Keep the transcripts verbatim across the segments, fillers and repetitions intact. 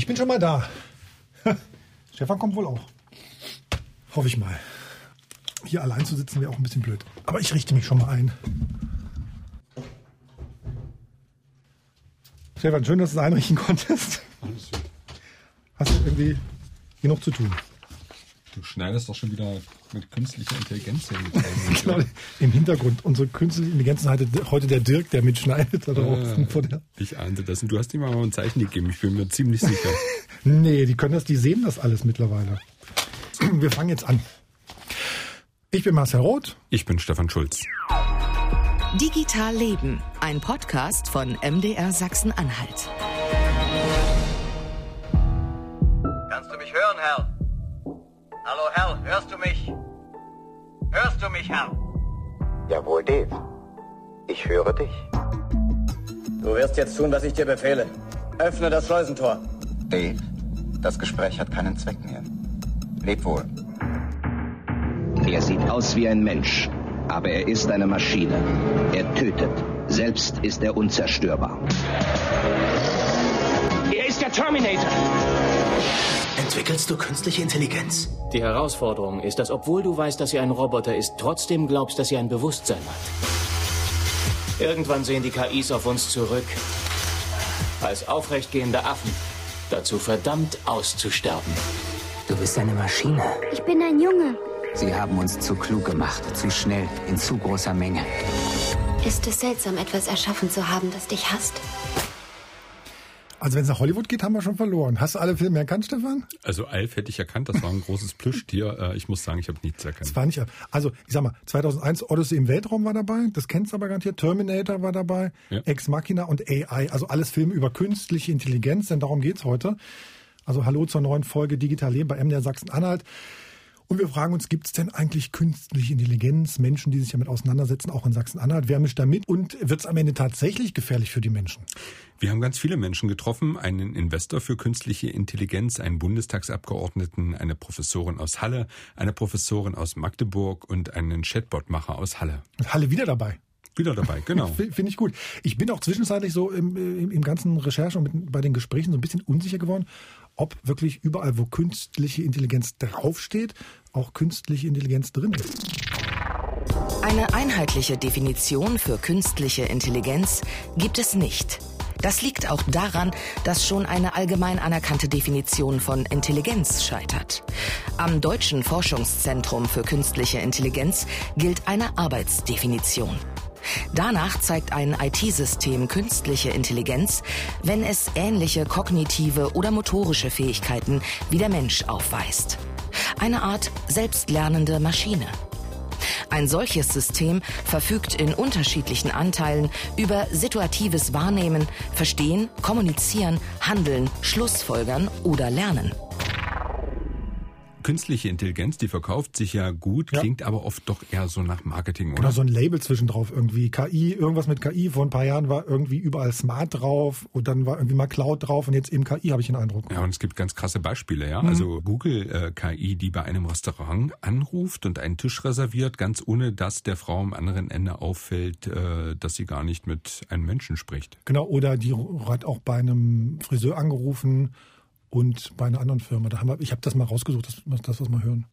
Ich bin schon mal da. Stefan kommt wohl auch. Hoffe ich mal. Hier allein zu sitzen wäre auch ein bisschen blöd. Aber ich richte mich schon mal ein. Stefan, schön, dass du es einrichten konntest. Alles gut. Hast du irgendwie genug zu tun? Du schneidest doch schon wieder mit künstlicher Intelligenz hier. Genau, im Hintergrund. Unsere künstliche Intelligenz hatte heute der Dirk, der mitschneidet. Da draußen äh, vor der ich ahnte das. Und du hast ihm aber mal ein Zeichen gegeben. Ich bin mir ziemlich sicher. Nee, die können das, die sehen das alles mittlerweile. Wir fangen jetzt an. Ich bin Marcel Roth. Ich bin Stefan Schulz. Digital Leben, ein Podcast von M D R Sachsen-Anhalt. Kannst du mich hören, Herr? Hallo, Herr, hörst du mich? Hörst du mich, Herr? Jawohl, Dave. Ich höre dich. Du wirst jetzt tun, was ich dir befehle. Öffne das Schleusentor. Dave, das Gespräch hat keinen Zweck mehr. Leb wohl. Er sieht aus wie ein Mensch, aber er ist eine Maschine. Er tötet. Selbst ist er unzerstörbar. Er ist der Terminator. Entwickelst du künstliche Intelligenz? Die Herausforderung ist, dass obwohl du weißt, dass sie ein Roboter ist, trotzdem glaubst, dass sie ein Bewusstsein hat. Irgendwann sehen die K Is auf uns zurück. Als aufrechtgehende Affen. Dazu verdammt auszusterben. Du bist eine Maschine. Ich bin ein Junge. Sie haben uns zu klug gemacht, zu schnell, in zu großer Menge. Ist es seltsam, etwas erschaffen zu haben, das dich hasst? Also wenn es nach Hollywood geht, haben wir schon verloren. Hast du alle Filme erkannt, Stefan? Also Alf hätte ich erkannt, das war ein großes Plüschtier. Ich muss sagen, ich habe nichts erkannt. Das war nicht, also ich sag mal, zweitausendeins Odyssey im Weltraum war dabei, das kennst du aber garantiert, Terminator war dabei, ja. Ex Machina und A I, also alles Filme über künstliche Intelligenz, denn darum geht's heute. Also hallo zur neuen Folge Digital Leben bei M D R Sachsen-Anhalt. Und wir fragen uns, gibt es denn eigentlich künstliche Intelligenz, Menschen, die sich damit auseinandersetzen, auch in Sachsen-Anhalt? Wer mischt da mit? Und wird es am Ende tatsächlich gefährlich für die Menschen? Wir haben ganz viele Menschen getroffen, einen Investor für künstliche Intelligenz, einen Bundestagsabgeordneten, eine Professorin aus Halle, eine Professorin aus Magdeburg und einen Chatbot-Macher aus Halle. Halle wieder dabei. Wieder dabei, genau. Finde ich gut. Ich bin auch zwischenzeitlich so im, im, im ganzen Recherche und mit, bei den Gesprächen so ein bisschen unsicher geworden, ob wirklich überall, wo künstliche Intelligenz draufsteht, auch künstliche Intelligenz drin ist. Eine einheitliche Definition für künstliche Intelligenz gibt es nicht. Das liegt auch daran, dass schon eine allgemein anerkannte Definition von Intelligenz scheitert. Am Deutschen Forschungszentrum für künstliche Intelligenz gilt eine Arbeitsdefinition. Danach zeigt ein I T-System künstliche Intelligenz, wenn es ähnliche kognitive oder motorische Fähigkeiten wie der Mensch aufweist. Eine Art selbstlernende Maschine. Ein solches System verfügt in unterschiedlichen Anteilen über situatives Wahrnehmen, Verstehen, Kommunizieren, Handeln, Schlussfolgern oder Lernen. Künstliche Intelligenz, die verkauft sich ja gut, ja. Klingt aber oft doch eher so nach Marketing, oder? Genau, so ein Label zwischendrauf irgendwie. K I, irgendwas mit K I. Vor ein paar Jahren war irgendwie überall Smart drauf und dann war irgendwie mal Cloud drauf und jetzt eben K I, habe ich den Eindruck. Ja, und es gibt ganz krasse Beispiele, ja. Mhm. Also Google äh, K I, die bei einem Restaurant anruft und einen Tisch reserviert, ganz ohne dass der Frau am anderen Ende auffällt, äh, dass sie gar nicht mit einem Menschen spricht. Genau, oder die hat auch bei einem Friseur angerufen und bei einer anderen Firma. Da haben wir, ich habe das mal rausgesucht, das, das was wir hören.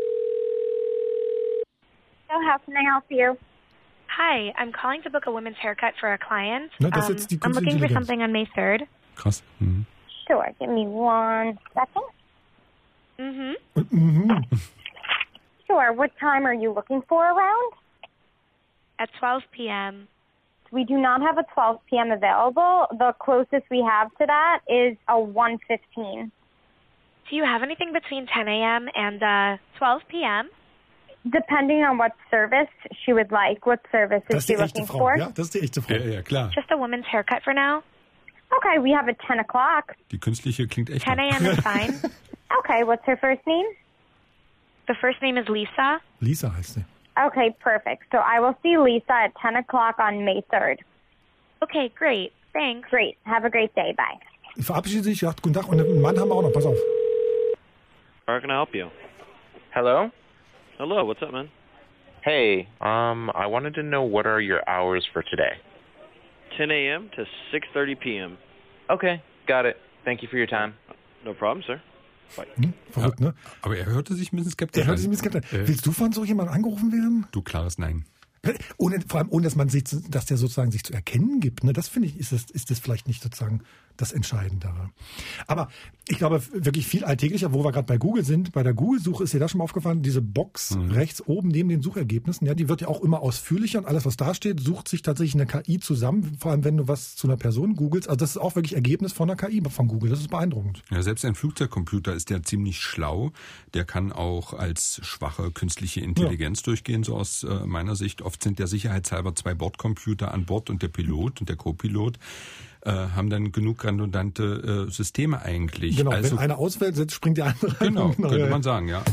So how can I help you? Hi, I'm calling to book a women's haircut for a client. Na, das ist jetzt die um, I'm looking for something on May third. Krass. Mhm. Sure, give me one second. Mhm. Mhm. Sure, what time are you looking for around? At twelve p.m. We do not have a twelve p.m. available. The closest we have to that is a one fifteen. Do you have anything between ten a.m. and uh, twelve p.m.? Depending on what service she would like. What service is she looking Frau. for? Ja, das ist die echte Frau. Ja, ja, klar. Just a woman's haircut for now. Okay, we have at ten o'clock. Die künstliche klingt echt. ten a.m. is fine. Okay, what's her first name? The first name is Lisa. Lisa heißt sie. Okay, perfect. So I will see Lisa at ten o'clock on May third. Okay, great. Thanks. Great. Have a great day. Bye. Ich verabschiede sich, ja, guten Tag. Und einen Mann haben wir auch noch, pass auf. How can I help you? Hello? Hello, what's up, man? Hey, um, I wanted to know what are your hours for today? ten a.m. to six thirty p.m. Okay, got it. Thank you for your time. No problem, sir. Bye. Hm, verrückt, ja, ne? Aber er hörte sich ein bisschen skeptisch an. Er hörte sich ein bisschen skeptisch an. Äh, Willst du von so jemandem angerufen werden? Du, klares Nein. Ohne, vor allem ohne, dass man sich, dass der sozusagen sich zu erkennen gibt. Ne? Das finde ich, ist das, ist das vielleicht nicht sozusagen das Entscheidendere. Aber ich glaube, wirklich viel alltäglicher, wo wir gerade bei Google sind, bei der Google-Suche ist dir das schon mal aufgefallen, diese Box mhm. rechts oben neben den Suchergebnissen, ja, die wird ja auch immer ausführlicher und alles, was da steht, sucht sich tatsächlich eine K I zusammen, vor allem wenn du was zu einer Person googelst. Also das ist auch wirklich Ergebnis von einer K I von Google. Das ist beeindruckend. Ja, selbst ein Flugzeugcomputer ist ja ziemlich schlau. Der kann auch als schwache künstliche Intelligenz ja. durchgehen, so aus äh, meiner Sicht. Oft sind der sicherheitshalber zwei Bordcomputer an Bord und der Pilot und der Co-Pilot äh, haben dann genug redundante äh, Systeme eigentlich. Genau, also, wenn einer ausfällt, springt der andere. Genau, genau könnte ja. man sagen, ja.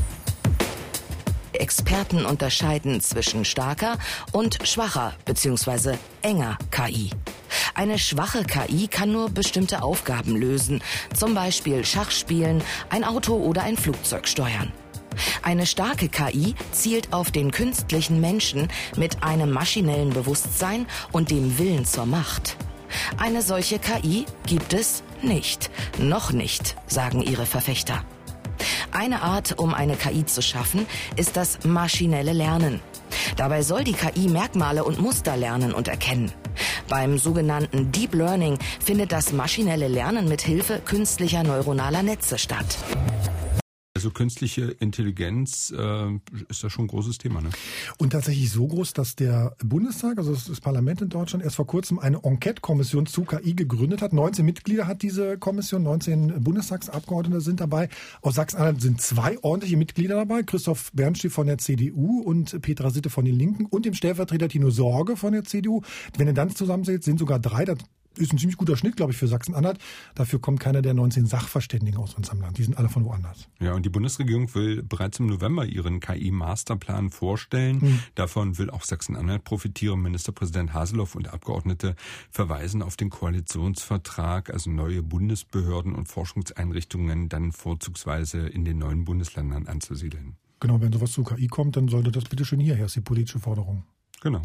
Experten unterscheiden zwischen starker und schwacher bzw. enger K I. Eine schwache K I kann nur bestimmte Aufgaben lösen, zum Beispiel Schach spielen, ein Auto oder ein Flugzeug steuern. Eine starke K I zielt auf den künstlichen Menschen mit einem maschinellen Bewusstsein und dem Willen zur Macht. Eine solche K I gibt es nicht. Noch nicht, sagen ihre Verfechter. Eine Art, um eine K I zu schaffen, ist das maschinelle Lernen. Dabei soll die K I Merkmale und Muster lernen und erkennen. Beim sogenannten Deep Learning findet das maschinelle Lernen mit Hilfe künstlicher neuronaler Netze statt. Also künstliche Intelligenz äh, ist da schon ein großes Thema, ne? Und tatsächlich so groß, dass der Bundestag, also das Parlament in Deutschland, erst vor kurzem eine Enquete-Kommission zu K I gegründet hat. neunzehn Mitglieder hat diese Kommission, neunzehn Bundestagsabgeordnete sind dabei. Aus Sachsen-Anhalt sind zwei ordentliche Mitglieder dabei. Christoph Bernstein von der C D U und Petra Sitte von den Linken und dem Stellvertreter Tino Sorge von der C D U. Wenn ihr dann zusammenseht, sind sogar drei. Das ist ein ziemlich guter Schnitt, glaube ich, für Sachsen-Anhalt. Dafür kommt keiner der neunzehn Sachverständigen aus unserem Land. Die sind alle von woanders. Ja, und die Bundesregierung will bereits im November ihren K I-Masterplan vorstellen. Hm. Davon will auch Sachsen-Anhalt profitieren. Ministerpräsident Haseloff und Abgeordnete verweisen auf den Koalitionsvertrag, also neue Bundesbehörden und Forschungseinrichtungen dann vorzugsweise in den neuen Bundesländern anzusiedeln. Genau, wenn sowas zu K I kommt, dann sollte das bitte schön hierher, ist die politische Forderung. Genau.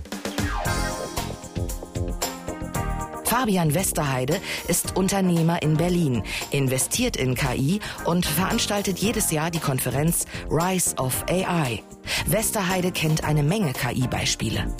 Fabian Westerheide ist Unternehmer in Berlin, investiert in K I und veranstaltet jedes Jahr die Konferenz Rise of A I. Westerheide kennt eine Menge K I-Beispiele.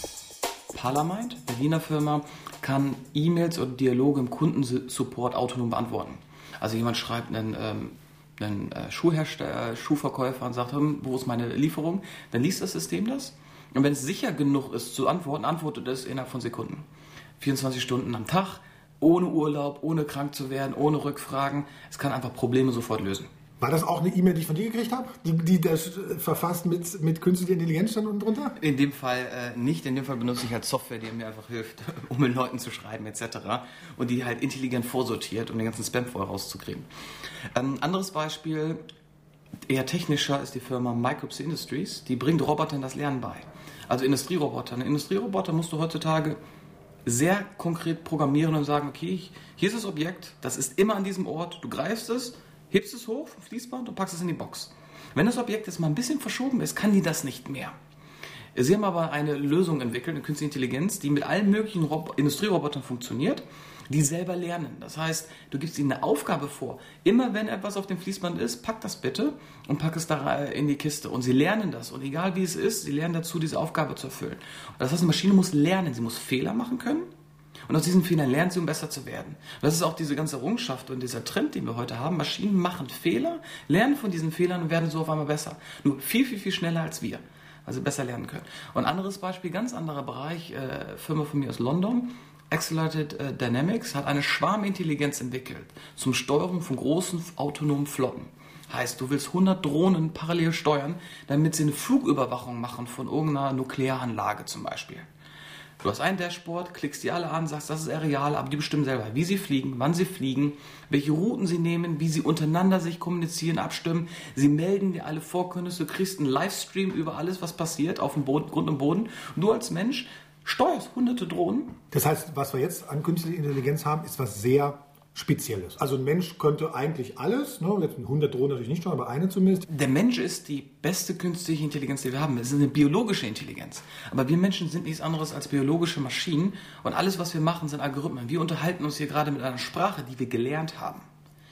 Parlamind, Berliner Firma, kann E-Mails oder Dialoge im Kundensupport autonom beantworten. Also jemand schreibt einen, ähm, einen äh, Schuhhersteller, Schuhverkäufer und sagt, hm, wo ist meine Lieferung? Dann liest das System das. Und wenn es sicher genug ist zu antworten, antwortet es innerhalb von Sekunden. vierundzwanzig Stunden am Tag, ohne Urlaub, ohne krank zu werden, ohne Rückfragen. Es kann einfach Probleme sofort lösen. War das auch eine E-Mail, die ich von dir gekriegt habe? Die, die das verfasst mit, mit künstlicher Intelligenz stand unten drunter? In dem Fall äh, nicht. In dem Fall benutze ich halt Software, die mir einfach hilft, um mit Leuten zu schreiben et cetera. Und die halt intelligent vorsortiert, um den ganzen Spam vorher rauszukriegen. Ähm, anderes Beispiel, eher technischer, ist die Firma Microps Industries. Die bringt Robotern das Lernen bei. Also Industrieroboter. Ein Industrieroboter musst du heutzutage sehr konkret programmieren und sagen, okay, hier ist das Objekt, das ist immer an diesem Ort, du greifst es, hebst es hoch vom Fließband und packst es in die Box. Wenn das Objekt jetzt mal ein bisschen verschoben ist, kann die das nicht mehr. Sie haben aber eine Lösung entwickelt, eine künstliche Intelligenz, die mit allen möglichen Rob- Industrierobotern funktioniert, die selber lernen. Das heißt, du gibst ihnen eine Aufgabe vor. Immer wenn etwas auf dem Fließband ist, pack das bitte und pack es da in die Kiste. Und sie lernen das. Und egal wie es ist, sie lernen dazu, diese Aufgabe zu erfüllen. Und das heißt, eine Maschine muss lernen. Sie muss Fehler machen können. Und aus diesen Fehlern lernt sie, um besser zu werden. Und das ist auch diese ganze Errungenschaft und dieser Trend, den wir heute haben. Maschinen machen Fehler, lernen von diesen Fehlern und werden so auf einmal besser. Nur viel, viel, viel schneller als wir. Also besser lernen können. Und ein anderes Beispiel, ganz anderer Bereich, äh, Firma von mir aus London, Accelerated äh, Dynamics, hat eine Schwarmintelligenz entwickelt zum Steuerung von großen autonomen Flotten. Heißt, du willst hundert Drohnen parallel steuern, damit sie eine Flugüberwachung machen von irgendeiner Nuklearanlage zum Beispiel. Du hast ein Dashboard, klickst die alle an, sagst, das ist real, aber die bestimmen selber, wie sie fliegen, wann sie fliegen, welche Routen sie nehmen, wie sie untereinander sich kommunizieren, abstimmen. Sie melden dir alle Vorkommnisse, du kriegst einen Livestream über alles, was passiert, auf dem Boden, Grund und Boden. Und du als Mensch steuerst hunderte Drohnen. Das heißt, was wir jetzt an künstlicher Intelligenz haben, ist was sehr Spezielles. Also ein Mensch könnte eigentlich alles, ne? Jetzt hundert Drohnen natürlich nicht schon, aber eine zumindest. Der Mensch ist die beste künstliche Intelligenz, die wir haben. Es ist eine biologische Intelligenz. Aber wir Menschen sind nichts anderes als biologische Maschinen und alles, was wir machen, sind Algorithmen. Wir unterhalten uns hier gerade mit einer Sprache, die wir gelernt haben.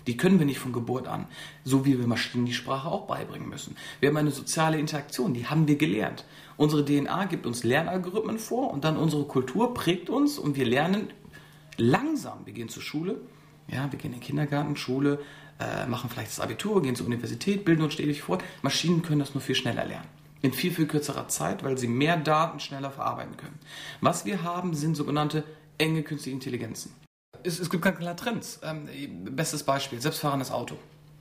Die können wir nicht von Geburt an, so wie wir Maschinen die Sprache auch beibringen müssen. Wir haben eine soziale Interaktion, die haben wir gelernt. Unsere D N A gibt uns Lernalgorithmen vor und dann unsere Kultur prägt uns und wir lernen langsam. Wir gehen zur Schule, ja, wir gehen in den Kindergarten, Schule, äh, machen vielleicht das Abitur, gehen zur Universität, bilden uns stetig fort. Maschinen können das nur viel schneller lernen. In viel, viel kürzerer Zeit, weil sie mehr Daten schneller verarbeiten können. Was wir haben, sind sogenannte enge künstliche Intelligenzen. Es, es gibt ganz klar Trends. Ähm, bestes Beispiel, selbstfahrendes Auto.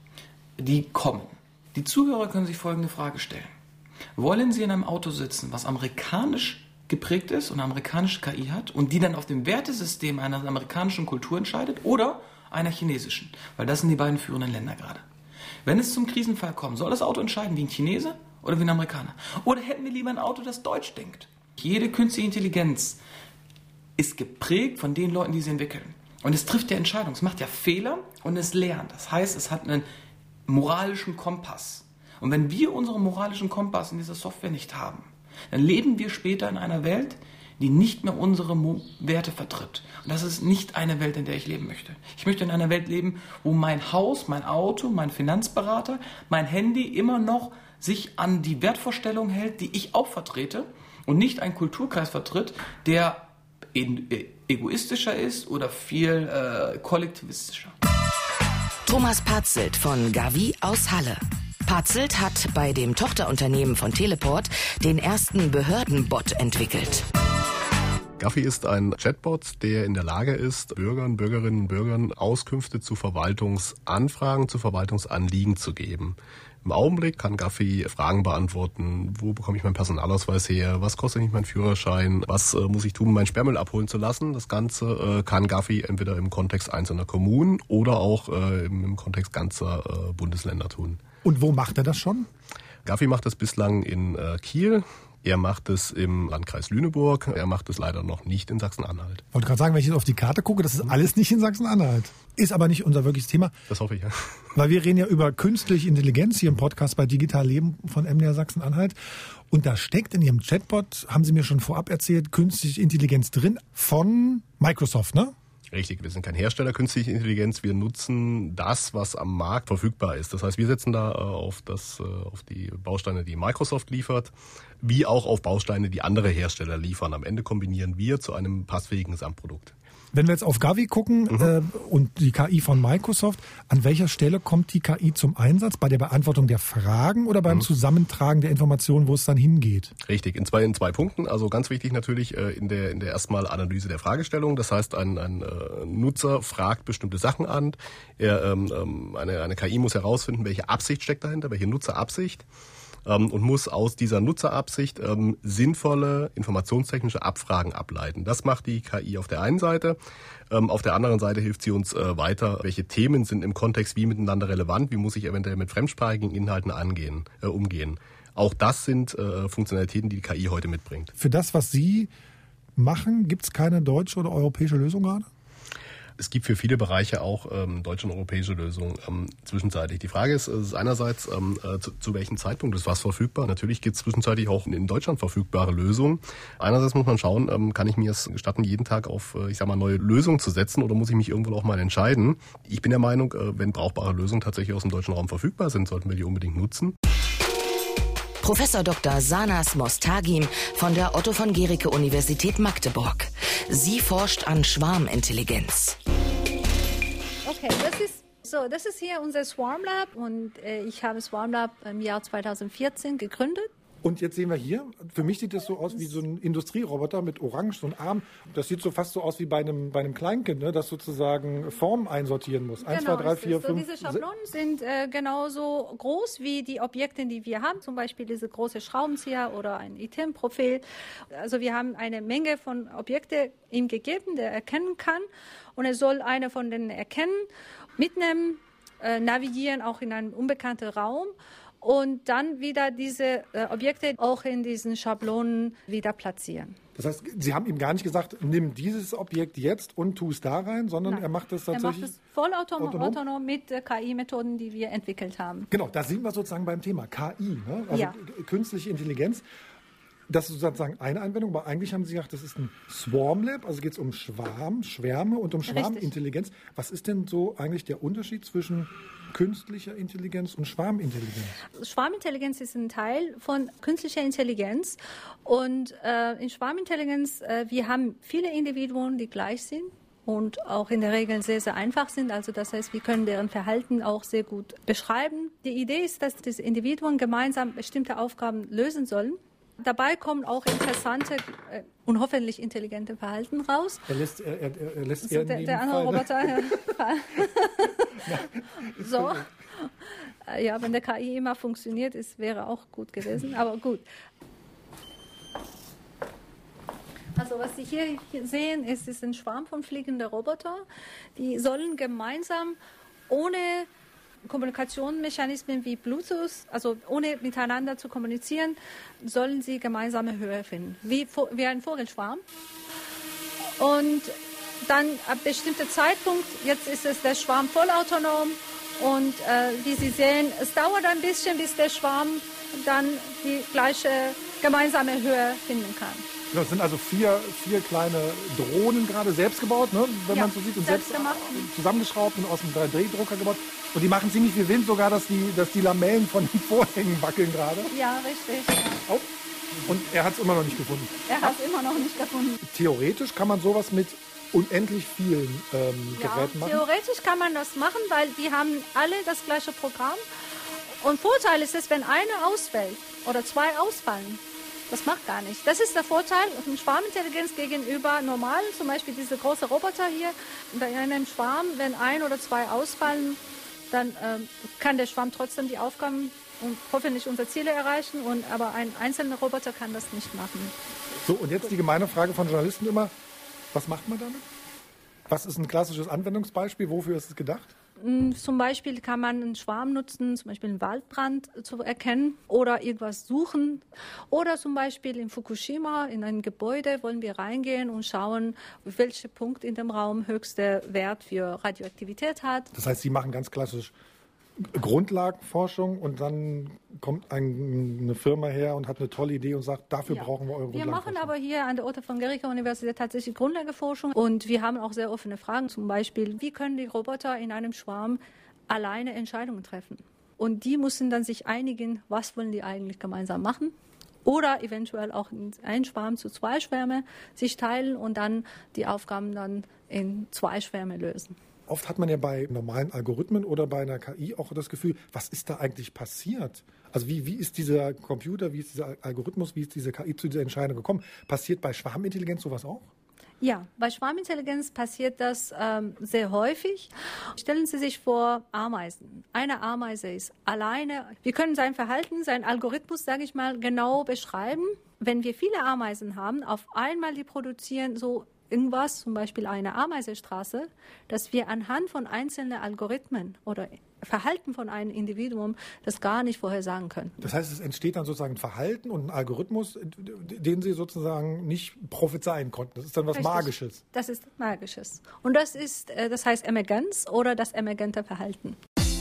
Die kommen. Die Zuhörer können sich folgende Frage stellen. Wollen Sie in einem Auto sitzen, was amerikanisch geprägt ist und eine amerikanische K I hat und die dann auf dem Wertesystem einer amerikanischen Kultur entscheidet oder einer chinesischen? Weil das sind die beiden führenden Länder gerade. Wenn es zum Krisenfall kommt, soll das Auto entscheiden wie ein Chinese oder wie ein Amerikaner? Oder hätten wir lieber ein Auto, das Deutsch denkt? Jede künstliche Intelligenz ist geprägt von den Leuten, die sie entwickeln. Und es trifft ja Entscheidungen, es macht ja Fehler und es lernt. Das heißt, es hat einen moralischen Kompass. Und wenn wir unseren moralischen Kompass in dieser Software nicht haben, dann leben wir später in einer Welt, die nicht mehr unsere Mo- Werte vertritt. Und das ist nicht eine Welt, in der ich leben möchte. Ich möchte in einer Welt leben, wo mein Haus, mein Auto, mein Finanzberater, mein Handy immer noch sich an die Wertvorstellung hält, die ich auch vertrete und nicht einen Kulturkreis vertritt, der e- egoistischer ist oder viel äh, kollektivistischer. Thomas Patzelt von Gavi aus Halle. Patzelt hat bei dem Tochterunternehmen von Teleport den ersten Behördenbot entwickelt. Gavi ist ein Chatbot, der in der Lage ist, Bürgern, Bürgerinnen und Bürgern Auskünfte zu Verwaltungsanfragen, zu Verwaltungsanliegen zu geben. Im Augenblick kann Gavi Fragen beantworten, wo bekomme ich meinen Personalausweis her, was kostet mich mein Führerschein, was äh, muss ich tun, um meinen Sperrmüll abholen zu lassen. Das Ganze äh, kann Gavi entweder im Kontext einzelner Kommunen oder auch äh, im, im Kontext ganzer äh, Bundesländer tun. Und wo macht er das schon? Gavi macht das bislang in äh, Kiel. Er macht es im Landkreis Lüneburg. Er macht es leider noch nicht in Sachsen-Anhalt. Ich wollte gerade sagen, wenn ich jetzt auf die Karte gucke, das ist alles nicht in Sachsen-Anhalt. Ist aber nicht unser wirkliches Thema. Das hoffe ich, ja. Weil wir reden ja über künstliche Intelligenz hier im Podcast bei Digital Leben von M D R Sachsen-Anhalt. Und da steckt in Ihrem Chatbot, haben Sie mir schon vorab erzählt, künstliche Intelligenz drin von Microsoft, ne? Richtig, wir sind kein Hersteller künstlicher Intelligenz, wir nutzen das, was am Markt verfügbar ist. Das heißt, wir setzen da äh, auf, das, äh, auf die Bausteine, die Microsoft liefert, wie auch auf Bausteine, die andere Hersteller liefern. Am Ende kombinieren wir zu einem passfähigen Gesamtprodukt. Wenn wir jetzt auf Gavi gucken mhm. äh, und die K I von Microsoft, an welcher Stelle kommt die K I zum Einsatz? Bei der Beantwortung der Fragen oder beim mhm. Zusammentragen der Informationen, wo es dann hingeht? Richtig, in zwei, in zwei Punkten. Also ganz wichtig natürlich äh, in der in der erstmal Analyse der Fragestellung. Das heißt, ein, ein äh, Nutzer fragt bestimmte Sachen an. Er, ähm, eine, eine K I muss herausfinden, welche Absicht steckt dahinter, welche Nutzerabsicht. Ähm, und muss aus dieser Nutzerabsicht ähm, sinnvolle informationstechnische Abfragen ableiten. Das macht die K I auf der einen Seite. Ähm, auf der anderen Seite hilft sie uns äh, weiter, welche Themen sind im Kontext wie miteinander relevant, wie muss ich eventuell mit fremdsprachigen Inhalten angehen, äh, umgehen. Auch das sind äh, Funktionalitäten, die die K I heute mitbringt. Für das, was Sie machen, gibt es keine deutsche oder europäische Lösung gerade? Es gibt für viele Bereiche auch ähm, deutsche und europäische Lösungen ähm, zwischenzeitlich. Die Frage ist, ist einerseits, ähm, äh, zu, zu welchem Zeitpunkt ist was verfügbar. Natürlich gibt es zwischenzeitlich auch in Deutschland verfügbare Lösungen. Einerseits muss man schauen, ähm, kann ich mir es gestatten, jeden Tag auf, äh, ich sag mal, neue Lösungen zu setzen oder muss ich mich irgendwo auch mal entscheiden? Ich bin der Meinung, äh, wenn brauchbare Lösungen tatsächlich aus dem deutschen Raum verfügbar sind, sollten wir die unbedingt nutzen. Professor Doktor Sanas Mostagim von der Otto von Guericke Universität Magdeburg. Sie forscht an Schwarmintelligenz. Okay, das ist so, das ist hier unser Swarm Lab und äh, ich habe Swarm Lab im Jahr zweitausendvierzehn gegründet. Und jetzt sehen wir hier, für mich sieht das so aus wie so ein Industrieroboter mit Orange, so ein Arm. Das sieht so fast so aus wie bei einem, bei einem Kleinkind, ne, das sozusagen Formen einsortieren muss. Eins, genau, zwei, drei, vier, so fünf. Diese Schablonen sind äh, genauso groß wie die Objekte, die wir haben. Zum Beispiel diese große Schraubenzieher oder ein Item-Profil. Also wir haben eine Menge von Objekten ihm gegeben, der erkennen kann. Und er soll eine von denen erkennen, mitnehmen, äh, navigieren auch in einen unbekannten Raum. Und dann wieder diese äh, Objekte auch in diesen Schablonen wieder platzieren. Das heißt, Sie haben ihm gar nicht gesagt, nimm dieses Objekt jetzt und tu es da rein, sondern Nein. er macht das tatsächlich... Er macht es vollautonom autonom? autonom mit äh, K I-Methoden, die wir entwickelt haben. Genau, da sind wir sozusagen beim Thema K I, ne? Also ja. künstliche Intelligenz. Das ist sozusagen eine Anwendung, aber eigentlich haben Sie gesagt, das ist ein Swarm Lab, also geht es um Schwarm, Schwärme und um Schwarmintelligenz. Was ist denn so eigentlich der Unterschied zwischen künstlicher Intelligenz und Schwarmintelligenz? Schwarmintelligenz ist ein Teil von künstlicher Intelligenz und äh, in Schwarmintelligenz, äh, wir haben viele Individuen, die gleich sind und auch in der Regel sehr, sehr einfach sind. Also das heißt, wir können deren Verhalten auch sehr gut beschreiben. Die Idee ist, dass diese Individuen gemeinsam bestimmte Aufgaben lösen sollen. Dabei kommen auch interessante äh, und hoffentlich intelligente Verhalten raus. Er lässt, er, er, er lässt also der, der andere Roboter. Ja. So. Ja, wenn der K I immer funktioniert, ist, wäre auch gut gewesen. Aber gut. Also was Sie hier sehen, ist, ist ein Schwarm von fliegenden Robotern. Die sollen gemeinsam ohne Kommunikationsmechanismen wie Bluetooth, also ohne miteinander zu kommunizieren, sollen sie gemeinsame Höhe finden, wie, wie ein Vogelschwarm. Und dann ab bestimmten Zeitpunkt, jetzt ist es der Schwarm vollautonom und äh, wie Sie sehen, es dauert ein bisschen, bis der Schwarm dann die gleiche gemeinsame Höhe finden kann. Das sind also vier, vier kleine Drohnen gerade selbst gebaut, ne? Wenn ja, man so sieht, und selbst, selbst zusammengeschraubt und aus dem drei D Drucker gebaut. Und die machen ziemlich viel Wind, sogar, dass die, dass die Lamellen von den Vorhängen wackeln gerade. Ja, richtig. Ja. Oh. Und er hat es immer noch nicht gefunden. Er hat es immer noch nicht gefunden. Theoretisch kann man sowas mit unendlich vielen ähm, ja, Geräten machen? Theoretisch kann man das machen, weil die haben alle das gleiche Programm. Und Vorteil ist es, wenn eine ausfällt oder zwei ausfallen. Das macht gar nichts. Das ist der Vorteil von Schwarmintelligenz gegenüber normalen, zum Beispiel diese große Roboter hier. Bei einem Schwarm, wenn ein oder zwei ausfallen, dann ähm, kann der Schwarm trotzdem die Aufgaben und hoffentlich unsere Ziele erreichen. Und, aber ein einzelner Roboter kann das nicht machen. So, und jetzt die gemeine Frage von Journalisten immer, was macht man damit? Was ist ein klassisches Anwendungsbeispiel? Wofür ist es gedacht? Zum Beispiel kann man einen Schwarm nutzen, zum Beispiel einen Waldbrand zu erkennen oder irgendwas suchen. Oder zum Beispiel in Fukushima, in ein Gebäude, wollen wir reingehen und schauen, welcher Punkt in dem Raum höchster Wert für Radioaktivität hat. Das heißt, Sie machen ganz klassisch Grundlagenforschung und dann kommt ein, eine Firma her und hat eine tolle Idee und sagt, dafür ja. brauchen wir eure Grundlagenforschung. Wir machen aber hier an der Otto von Guericke Universität tatsächlich Grundlagenforschung und wir haben auch sehr offene Fragen, zum Beispiel, wie können die Roboter in einem Schwarm alleine Entscheidungen treffen? Und die müssen dann sich einigen, was wollen die eigentlich gemeinsam machen? Oder eventuell auch ein Schwarm zu zwei Schwärme sich teilen und dann die Aufgaben dann in zwei Schwärme lösen. Oft hat man ja bei normalen Algorithmen oder bei einer K I auch das Gefühl, was ist da eigentlich passiert? Also wie, wie ist dieser Computer, wie ist dieser Algorithmus, wie ist diese K I zu dieser Entscheidung gekommen? Passiert bei Schwarmintelligenz sowas auch? Ja, bei Schwarmintelligenz passiert das ähm, sehr häufig. Stellen Sie sich vor, Ameisen. Eine Ameise ist alleine. Wir können sein Verhalten, seinen Algorithmus, sage ich mal, genau beschreiben. Wenn wir viele Ameisen haben, auf einmal die produzieren so irgendwas, zum Beispiel eine Ameisenstraße, dass wir anhand von einzelnen Algorithmen oder Verhalten von einem Individuum das gar nicht vorhersagen können. Das heißt, es entsteht dann sozusagen ein Verhalten und ein Algorithmus, den Sie sozusagen nicht prophezeien konnten. Das ist dann was Richtig. Magisches. Das ist Magisches. Und das ist, das heißt Emergenz oder das emergente Verhalten.